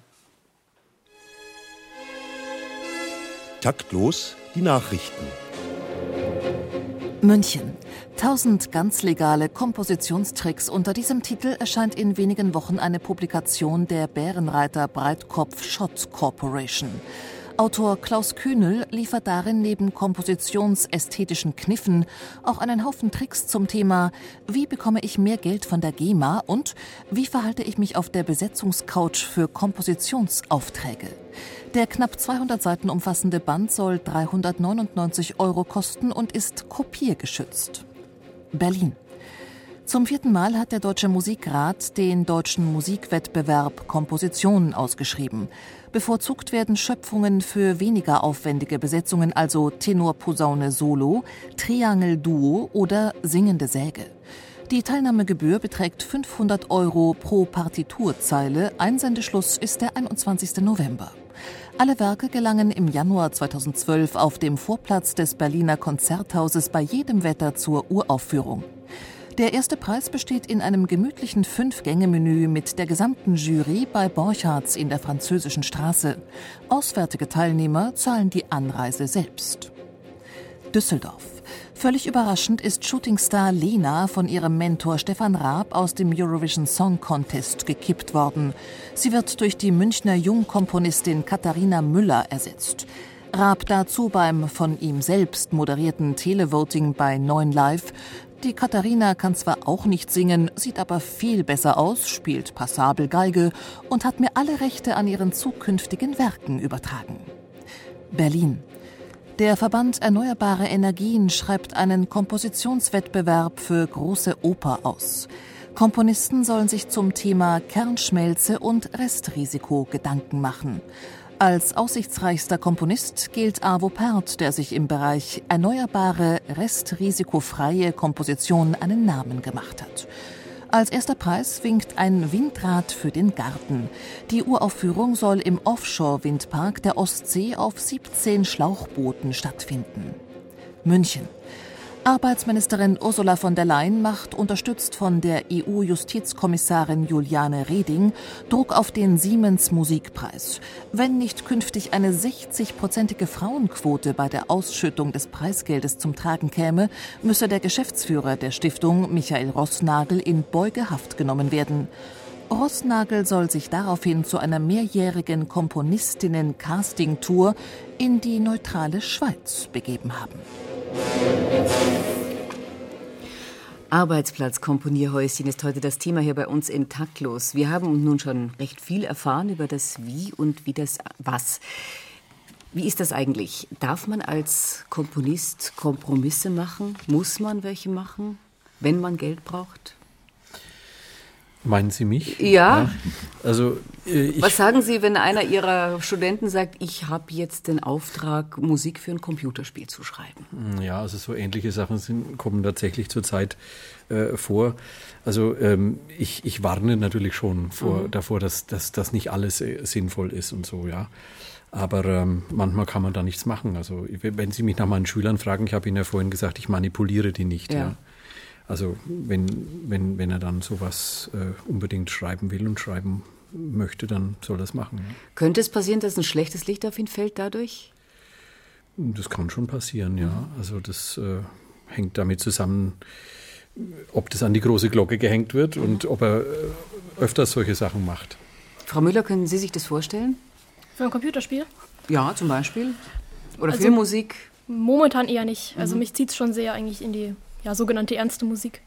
Taktlos die Nachrichten. München. Tausend ganz legale Kompositionstricks. Unter diesem Titel erscheint in wenigen Wochen eine Publikation der Bärenreiter Breitkopf Schott Corporation. Autor Klaus Kühnel liefert darin neben kompositionsästhetischen Kniffen auch einen Haufen Tricks zum Thema Wie bekomme ich mehr Geld von der GEMA und Wie verhalte ich mich auf der Besetzungscouch für Kompositionsaufträge. Der knapp zweihundert Seiten umfassende Band soll dreihundertneunundneunzig Euro kosten und ist kopiergeschützt. Berlin. Zum vierten Mal hat der Deutsche Musikrat den Deutschen Musikwettbewerb Kompositionen ausgeschrieben. Bevorzugt werden Schöpfungen für weniger aufwendige Besetzungen, also Tenor-Posaune Solo, Triangel-Duo oder Singende Säge. Die Teilnahmegebühr beträgt fünfhundert Euro pro Partiturzeile. Einsendeschluss ist der einundzwanzigsten November. Alle Werke gelangen im Januar zweitausendzwölf auf dem Vorplatz des Berliner Konzerthauses bei jedem Wetter zur Uraufführung. Der erste Preis besteht in einem gemütlichen Fünf-Gänge-Menü mit der gesamten Jury bei Borchards in der Französischen Straße. Auswärtige Teilnehmer zahlen die Anreise selbst. Düsseldorf. Völlig überraschend ist Shootingstar Lena von ihrem Mentor Stefan Raab aus dem Eurovision Song Contest gekippt worden. Sie wird durch die Münchner Jungkomponistin Katharina Müller ersetzt. Raab dazu beim von ihm selbst moderierten Televoting bei neun Live. Die Katharina kann zwar auch nicht singen, sieht aber viel besser aus, spielt passabel Geige und hat mir alle Rechte an ihren zukünftigen Werken übertragen. Berlin. Der Verband Erneuerbare Energien schreibt einen Kompositionswettbewerb für Große Oper aus. Komponisten sollen sich zum Thema Kernschmelze und Restrisiko Gedanken machen. Als aussichtsreichster Komponist gilt Arvo Pärt, der sich im Bereich erneuerbare, restrisikofreie Komposition einen Namen gemacht hat. Als erster Preis winkt ein Windrad für den Garten. Die Uraufführung soll im Offshore-Windpark der Ostsee auf siebzehn Schlauchbooten stattfinden. München. Arbeitsministerin Ursula von der Leyen macht, unterstützt von der E U-Justizkommissarin Juliane Reding, Druck auf den Siemens-Musikpreis. Wenn nicht künftig eine sechzig-prozentige Frauenquote bei der Ausschüttung des Preisgeldes zum Tragen käme, müsse der Geschäftsführer der Stiftung, Michael Rossnagel, in Beugehaft genommen werden. Rossnagel soll sich daraufhin zu einer mehrjährigen Komponistinnen-Casting-Tour in die neutrale Schweiz begeben haben. Arbeitsplatzkomponierhäuschen ist heute das Thema hier bei uns in Taktlos. Wir haben nun schon recht viel erfahren über das Wie und wie das Was. Wie ist das eigentlich? Darf man als Komponist Kompromisse machen? Muss man welche machen, wenn man Geld braucht? Meinen Sie mich? Ja. ja. Also, äh, ich Was sagen Sie, wenn einer Ihrer Studenten sagt, ich habe jetzt den Auftrag, Musik für ein Computerspiel zu schreiben? Ja, also so ähnliche Sachen sind, kommen tatsächlich zurzeit äh, vor. Also ähm, ich, ich warne natürlich schon vor, mhm. davor, dass, dass, dass nicht alles äh, sinnvoll ist und so, ja. Aber ähm, manchmal kann man da nichts machen. Also wenn Sie mich nach meinen Schülern fragen, ich habe Ihnen ja vorhin gesagt, ich manipuliere die nicht, ja. ja. Also wenn, wenn, wenn er dann sowas äh, unbedingt schreiben will und schreiben möchte, dann soll er es machen. Ja. Könnte es passieren, dass ein schlechtes Licht auf ihn fällt dadurch? Das kann schon passieren, ja. Also das äh, hängt damit zusammen, ob das an die große Glocke gehängt wird und ob er äh, öfters solche Sachen macht. Frau Müller, können Sie sich das vorstellen? Für ein Computerspiel? Ja, zum Beispiel. Oder also Filmmusik? Momentan eher nicht. Also Mhm. mich zieht es schon sehr eigentlich in die ja, sogenannte ernste Musik.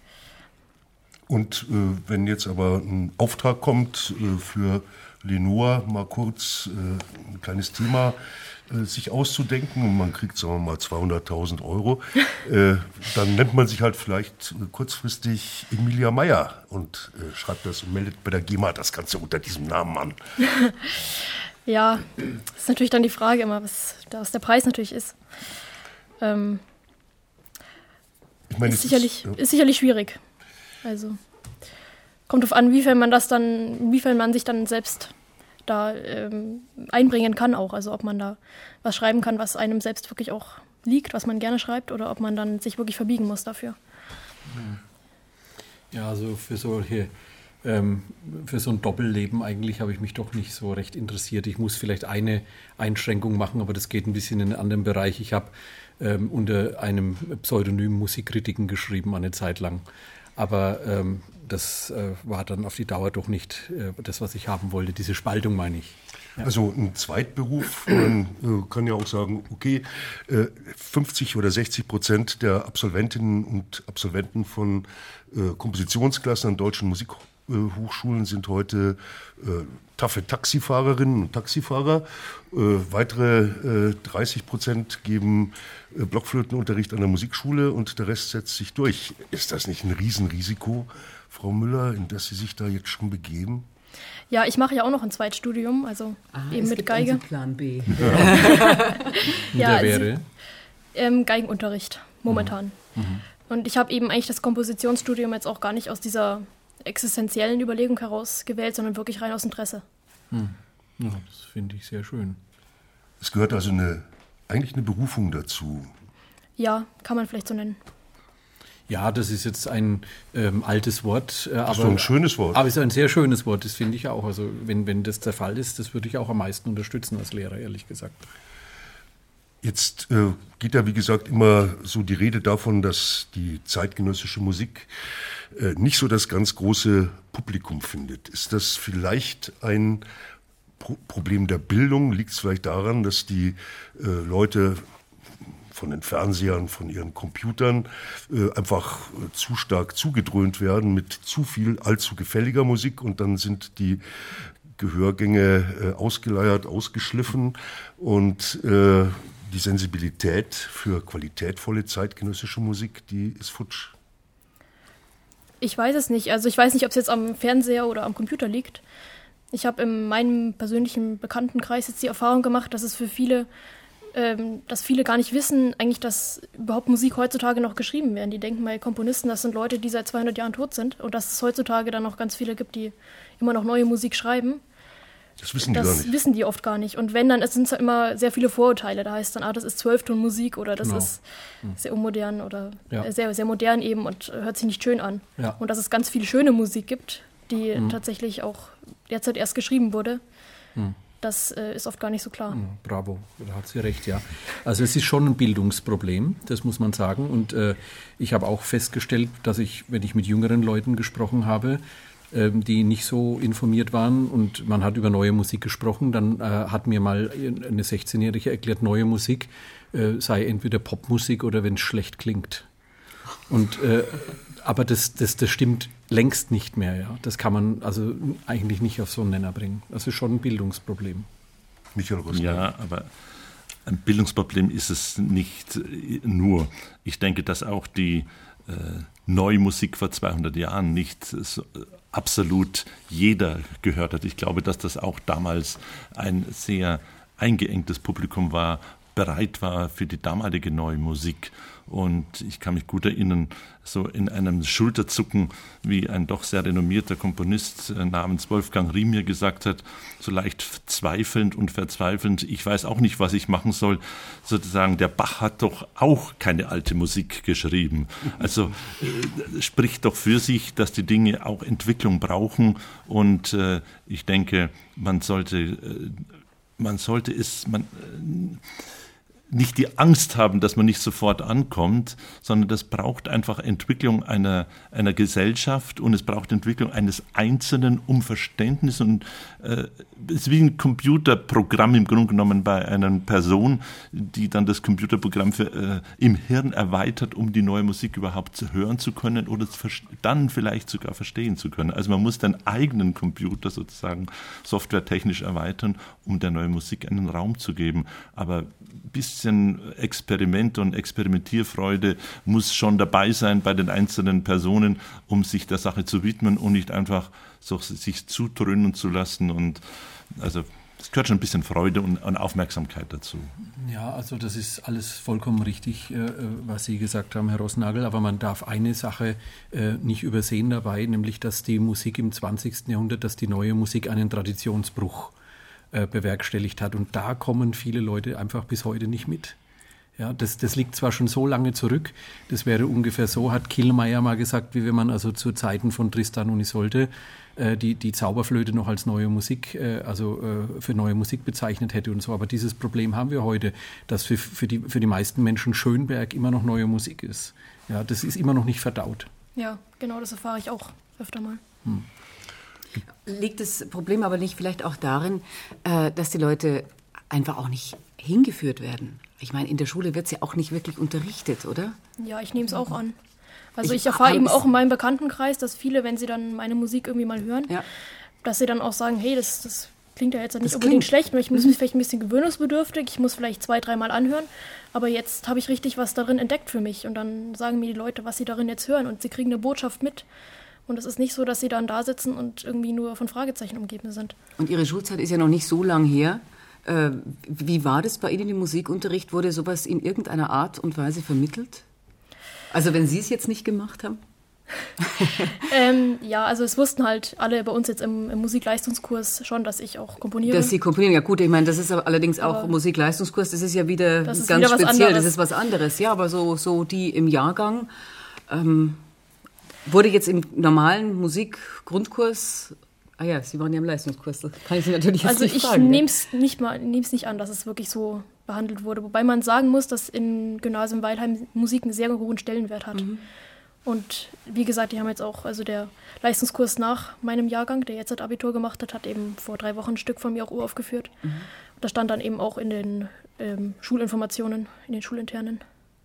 Und äh, wenn jetzt aber ein Auftrag kommt äh, für Lenoir, mal kurz äh, ein kleines Thema äh, sich auszudenken und man kriegt, sagen wir mal, zweihunderttausend Euro, äh, dann nennt man sich halt vielleicht äh, kurzfristig Emilia Meyer und äh, schreibt das und meldet bei der GEMA das Ganze unter diesem Namen an. Ja, das ist natürlich dann die Frage immer, was, was der Preis natürlich ist. Ähm, Ich meine, ist, es sicherlich, ist, ja. ist sicherlich schwierig. Also kommt darauf an, inwiefern man das dann, inwiefern man sich dann selbst da ähm, einbringen kann auch. Also ob man da was schreiben kann, was einem selbst wirklich auch liegt, was man gerne schreibt, oder ob man dann sich wirklich verbiegen muss dafür. Ja, also für solche, ähm, für so ein Doppelleben eigentlich habe ich mich doch nicht so recht interessiert. Ich muss vielleicht eine Einschränkung machen, aber das geht ein bisschen in einen anderen Bereich. Ich habe ähm, unter einem Pseudonym Musikkritiken geschrieben eine Zeit lang. Aber ähm, das äh, war dann auf die Dauer doch nicht äh, das, was ich haben wollte. Diese Spaltung meine ich. Ja. Also ein Zweitberuf, man äh, kann ja auch sagen, okay, äh, fünfzig oder sechzig Prozent der Absolventinnen und Absolventen von äh, Kompositionsklassen an deutschen Musikhochschulen Musikhochschulen sind heute äh, taffe Taxifahrerinnen und Taxifahrer. Äh, weitere äh, dreißig Prozent geben äh, Blockflötenunterricht an der Musikschule und der Rest setzt sich durch. Ist das nicht ein Riesenrisiko, Frau Müller, in das Sie sich da jetzt schon begeben? Ja, ich mache ja auch noch ein Zweitstudium, also ah, eben es mit gibt Geige. Also Plan B. Ja, der wäre? Also, ähm, Geigenunterricht momentan. Mhm. Mhm. Und ich habe eben eigentlich das Kompositionsstudium jetzt auch gar nicht aus dieser existenziellen Überlegung heraus gewählt, sondern wirklich rein aus Interesse. Mhm. Ja, das finde ich sehr schön. Es gehört also eine, eigentlich eine Berufung dazu. Ja, kann man vielleicht so nennen. Ja, das ist jetzt ein ähm, altes Wort. Äh, das ist aber, doch ein schönes Wort. Aber es ist ein sehr schönes Wort, das finde ich auch. Also wenn, wenn das der Fall ist, das würde ich auch am meisten unterstützen als Lehrer, ehrlich gesagt. Jetzt äh, geht ja, wie gesagt, immer so die Rede davon, dass die zeitgenössische Musik äh, nicht so das ganz große Publikum findet. Ist das vielleicht ein Pro- Problem der Bildung? Liegt es vielleicht daran, dass die äh, Leute von den Fernsehern, von ihren Computern äh, einfach äh, zu stark zugedröhnt werden mit zu viel allzu gefälliger Musik und dann sind die Gehörgänge äh, ausgeleiert, ausgeschliffen und äh, die Sensibilität für qualitätvolle zeitgenössische Musik, die ist futsch. Ich weiß es nicht. Also ich weiß nicht, ob es jetzt am Fernseher oder am Computer liegt. Ich habe in meinem persönlichen Bekanntenkreis jetzt die Erfahrung gemacht, dass es für viele, ähm, dass viele gar nicht wissen, eigentlich, dass überhaupt Musik heutzutage noch geschrieben werden. Die denken mal, Komponisten, das sind Leute, die seit zweihundert Jahren tot sind und dass es heutzutage dann noch ganz viele gibt, die immer noch neue Musik schreiben. Das wissen die das gar nicht. Das wissen die oft gar nicht. Und wenn, dann sind es immer sehr viele Vorurteile. Da heißt dann, ah, das ist Zwölftonmusik oder das genau. ist sehr unmodern oder ja. sehr, sehr modern eben und hört sich nicht schön an. Ja. Und dass es ganz viel schöne Musik gibt, die mhm. tatsächlich auch derzeit erst geschrieben wurde, mhm. das äh, ist oft gar nicht so klar. Mhm, bravo, da hat sie recht, ja. Also es ist schon ein Bildungsproblem, das muss man sagen. Und äh, ich habe auch festgestellt, dass ich, wenn ich mit jüngeren Leuten gesprochen habe, die nicht so informiert waren und man hat über neue Musik gesprochen, dann äh, hat mir mal eine sechzehnjährige erklärt, neue Musik äh, sei entweder Popmusik oder wenn es schlecht klingt. Und, äh, aber das, das, das stimmt längst nicht mehr. Ja. Das kann man also eigentlich nicht auf so einen Nenner bringen. Das ist schon ein Bildungsproblem. Michael Rösner. Ja, aber ein Bildungsproblem ist es nicht nur. Ich denke, dass auch die äh, neue Musik vor zweihundert Jahren nicht so absolut jeder gehört hat. Ich glaube, dass das auch damals ein sehr eingeengtes Publikum war, bereit war für die damalige neue Musik. Und ich kann mich gut erinnern, so in einem Schulterzucken, wie ein doch sehr renommierter Komponist namens Wolfgang Riem mir gesagt hat, so leicht zweifelnd und verzweifelnd, ich weiß auch nicht, was ich machen soll, sozusagen, der Bach hat doch auch keine alte Musik geschrieben. Also äh, spricht doch für sich, dass die Dinge auch Entwicklung brauchen und äh, ich denke, man sollte, äh, man sollte es, man äh, nicht die Angst haben, dass man nicht sofort ankommt, sondern das braucht einfach Entwicklung einer, einer Gesellschaft und es braucht Entwicklung eines Einzelnen um Verständnis und äh, es ist wie ein Computerprogramm im Grunde genommen bei einer Person, die dann das Computerprogramm für, äh, im Hirn erweitert, um die neue Musik überhaupt zu hören zu können oder zu, dann vielleicht sogar verstehen zu können. Also man muss den eigenen Computer sozusagen softwaretechnisch erweitern, um der neuen Musik einen Raum zu geben. Aber bisschen Experiment und Experimentierfreude muss schon dabei sein bei den einzelnen Personen, um sich der Sache zu widmen und nicht einfach so sich zudröhnen zu lassen. Und also es gehört schon ein bisschen Freude und, und Aufmerksamkeit dazu. Ja, also das ist alles vollkommen richtig, äh, was Sie gesagt haben, Herr Rossnagel, aber man darf eine Sache äh, nicht übersehen dabei, nämlich dass die Musik im zwanzigsten Jahrhundert, dass die neue Musik einen Traditionsbruch bewerkstelligt hat. Und da kommen viele Leute einfach bis heute nicht mit. Ja, das, das liegt zwar schon so lange zurück, das wäre ungefähr so, hat Killmeier mal gesagt, wie wenn man also zu Zeiten von Tristan und Isolde äh, die, die Zauberflöte noch als neue Musik, äh, also äh, für neue Musik bezeichnet hätte und so. Aber dieses Problem haben wir heute, dass für, für, die, für die meisten Menschen Schönberg immer noch neue Musik ist. Ja, das ist immer noch nicht verdaut. Ja, genau, das erfahre ich auch öfter mal. Hm. Liegt das Problem aber nicht vielleicht auch darin, dass die Leute einfach auch nicht hingeführt werden? Ich meine, in der Schule wird es ja auch nicht wirklich unterrichtet, oder? Ja, ich nehme es auch an. Also ich, Ich erfahre hab- eben auch in meinem Bekanntenkreis, dass viele, wenn sie dann meine Musik irgendwie mal hören, Ja. dass sie dann auch sagen, hey, das, das klingt ja jetzt nicht Das unbedingt klingt- schlecht, ich muss Mhm. mich vielleicht ein bisschen gewöhnungsbedürftig, ich muss vielleicht zwei, dreimal anhören, aber jetzt habe ich richtig was darin entdeckt für mich und dann sagen mir die Leute, was sie darin jetzt hören und sie kriegen eine Botschaft mit. Und es ist nicht so, dass sie dann da sitzen und irgendwie nur von Fragezeichen umgeben sind. Und Ihre Schulzeit ist ja noch nicht so lang her. Äh, wie war das bei Ihnen im Musikunterricht? Wurde sowas in irgendeiner Art und Weise vermittelt? Also wenn Sie es jetzt nicht gemacht haben? ähm, ja, also es wussten halt alle bei uns jetzt im, im Musikleistungskurs schon, dass ich auch komponiere. Dass Sie komponieren, ja gut, ich meine, das ist aber allerdings auch Aber Musikleistungskurs, das ist ja wieder das ist ganz wieder was speziell, anderes. das ist was anderes. Ja, aber so, so die im Jahrgang, ähm, wurde jetzt im normalen Musikgrundkurs, ah ja, Sie waren ja im Leistungskurs, das kann ich Sie natürlich jetzt Also nicht ich fragen. ne? nehme es nicht mal, nehm's nicht an, dass es wirklich so behandelt wurde. Wobei man sagen muss, dass im Gymnasium Weilheim Musik einen sehr hohen Stellenwert hat. Mhm. Und wie gesagt, die haben jetzt auch, also der Leistungskurs nach meinem Jahrgang, der jetzt das Abitur gemacht hat, hat eben vor drei Wochen ein Stück von mir auch uraufgeführt. Mhm. Das stand dann eben auch in den ähm, Schulinformationen, in den Schulinternen.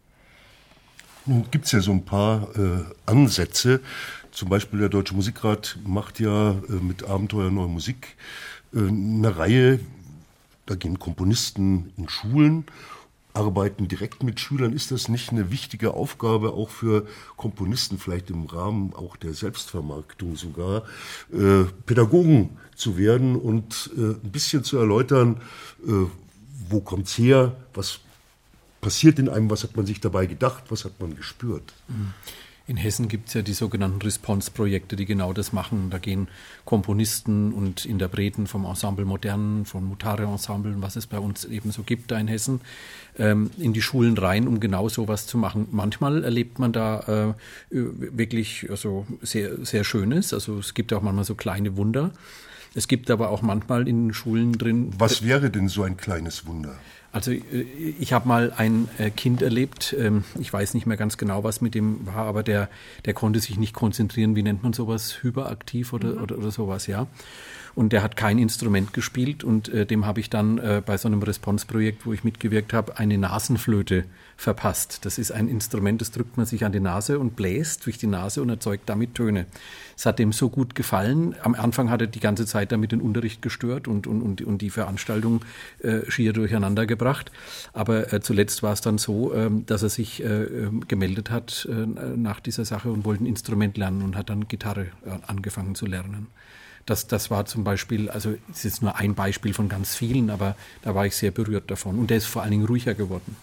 Nun gibt es ja so ein paar äh, Ansätze. Zum Beispiel der Deutsche Musikrat macht ja äh, mit Abenteuer Neue Musik äh, eine Reihe, da gehen Komponisten in Schulen, arbeiten direkt mit Schülern. Ist das nicht eine wichtige Aufgabe auch für Komponisten, vielleicht im Rahmen auch der Selbstvermarktung sogar, äh, Pädagogen zu werden und äh, ein bisschen zu erläutern, äh, wo kommt's her, was passiert in einem, was hat man sich dabei gedacht, was hat man gespürt? In Hessen gibt es ja die sogenannten Response-Projekte, die genau das machen. Da gehen Komponisten und Interpreten vom Ensemble Modern, von Mutare-Ensemblen, was es bei uns eben so gibt da in Hessen, ähm, in die Schulen rein, um genau sowas zu machen. Manchmal erlebt man da äh, wirklich also sehr, sehr Schönes. Also es gibt auch manchmal so kleine Wunder. Es gibt aber auch manchmal in Schulen drin... Was wäre denn so ein kleines Wunder? Also ich habe mal ein Kind erlebt, ich weiß nicht mehr ganz genau, was mit dem war, aber der, der konnte sich nicht konzentrieren, wie nennt man sowas, hyperaktiv oder, mhm. oder, oder sowas, ja. Und der hat kein Instrument gespielt und äh, dem habe ich dann äh, bei so einem Response-Projekt, wo ich mitgewirkt habe, eine Nasenflöte verpasst. Das ist ein Instrument, das drückt man sich an die Nase und bläst durch die Nase und erzeugt damit Töne. Es hat dem so gut gefallen. Am Anfang hat er die ganze Zeit damit den Unterricht gestört und, und, und, und die Veranstaltung äh, schier durcheinander gebracht. Aber äh, zuletzt war es dann so, äh, dass er sich äh, gemeldet hat äh, nach dieser Sache und wollte ein Instrument lernen und hat dann Gitarre äh, angefangen zu lernen. Das, das war zum Beispiel, also es ist jetzt nur ein Beispiel von ganz vielen, aber da war ich sehr berührt davon. Und der ist vor allen Dingen ruhiger geworden,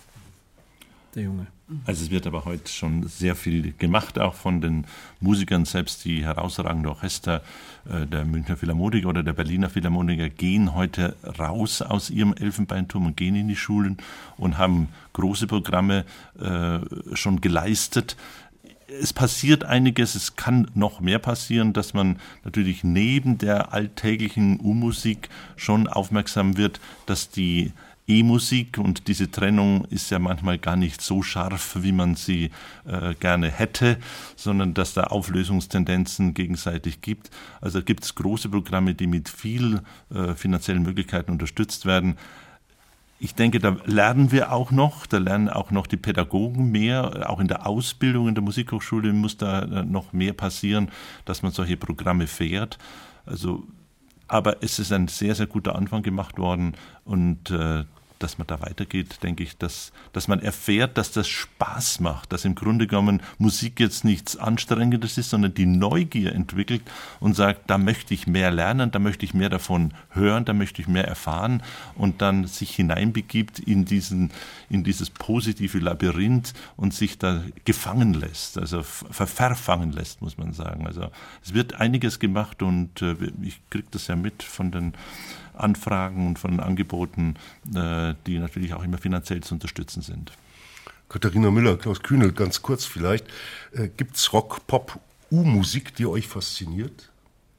der Junge. Also es wird aber heute schon sehr viel gemacht, auch von den Musikern selbst. Die herausragenden Orchester äh, der Münchner Philharmoniker oder der Berliner Philharmoniker gehen heute raus aus ihrem Elfenbeinturm und gehen in die Schulen und haben große Programme äh, schon geleistet. Es passiert einiges, es kann noch mehr passieren, dass man natürlich neben der alltäglichen U-Musik schon aufmerksam wird, dass die E-Musik, und diese Trennung ist ja manchmal gar nicht so scharf, wie man sie äh, gerne hätte, sondern dass da Auflösungstendenzen gegenseitig gibt. Also gibt es große Programme, die mit viel äh, finanziellen Möglichkeiten unterstützt werden. Ich denke, da lernen wir auch noch, da lernen auch noch die Pädagogen mehr, auch in der Ausbildung in der Musikhochschule muss da noch mehr passieren, dass man solche Programme fährt. Also, aber es ist ein sehr, sehr guter Anfang gemacht worden und äh, dass man da weitergeht, denke ich, dass, dass man erfährt, dass das Spaß macht, dass im Grunde genommen Musik jetzt nichts Anstrengendes ist, sondern die Neugier entwickelt und sagt, da möchte ich mehr lernen, da möchte ich mehr davon hören, da möchte ich mehr erfahren und dann sich hineinbegibt in diesen, in dieses positive Labyrinth und sich da gefangen lässt, also ver- verfangen lässt, muss man sagen. Also es wird einiges gemacht und äh, ich kriege das ja mit von den Anfragen und von den Angeboten, äh, die natürlich auch immer finanziell zu unterstützen sind. Katharina Müller, Klaus Kühnel, ganz kurz vielleicht. Äh, Gibt es Rock, Pop, U-Musik, die euch fasziniert?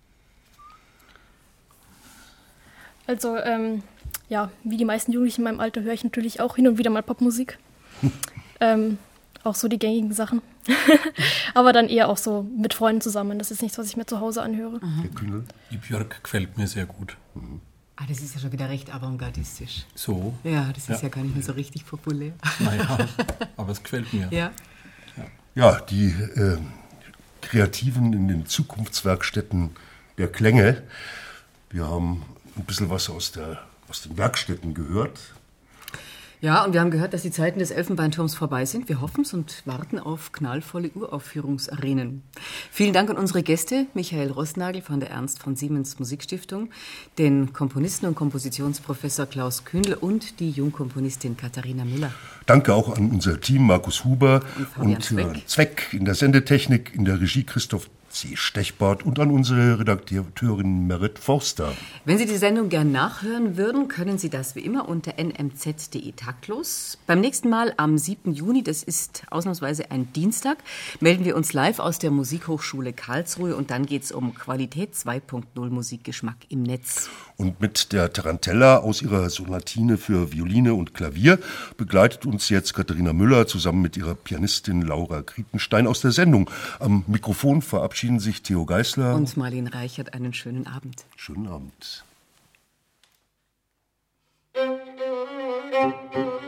Also, ähm, ja, wie die meisten Jugendlichen in meinem Alter höre ich natürlich auch hin und wieder mal Popmusik. ähm, auch so die gängigen Sachen. Aber dann eher auch so mit Freunden zusammen. Das ist nichts, was ich mir zu Hause anhöre. Mhm. Die Björk gefällt mir sehr gut. Mhm. Ah, das ist ja schon wieder recht avantgardistisch. So? Ja, das ist ja, ja gar nicht mehr so richtig populär. Naja, aber es gefällt mir. Ja. Ja. Ja, die äh, Kreativen in den Zukunftswerkstätten der Klänge. Wir haben ein bisschen was aus, der, aus den Werkstätten gehört. Ja, und wir haben gehört, dass die Zeiten des Elfenbeinturms vorbei sind. Wir hoffen es und warten auf knallvolle Uraufführungsarenen. Vielen Dank an unsere Gäste, Michael Roßnagel von der Ernst von Siemens Musikstiftung, den Komponisten und Kompositionsprofessor Klaus Kühnle und die Jungkomponistin Katharina Müller. Danke auch an unser Team, Markus Huber und, und Zweck. Zweck in der Sendetechnik, in der Regie Christoph C. Stechbart und an unsere Redakteurin Merit Forster. Wenn Sie die Sendung gern nachhören würden, können Sie das wie immer unter n m z punkt d e taktlos. Beim nächsten Mal am siebten Juni, das ist ausnahmsweise ein Dienstag, melden wir uns live aus der Musikhochschule Karlsruhe und dann geht es um Qualität zwei Punkt null Musikgeschmack im Netz. Und mit der Tarantella aus ihrer Sonatine für Violine und Klavier begleitet uns jetzt Katharina Müller zusammen mit ihrer Pianistin Laura Griepenstein aus der Sendung. Am Mikrofon verabschieden sich Theo Geisler und Marlene Reichert. Einen schönen Abend. Schönen Abend. Thank you.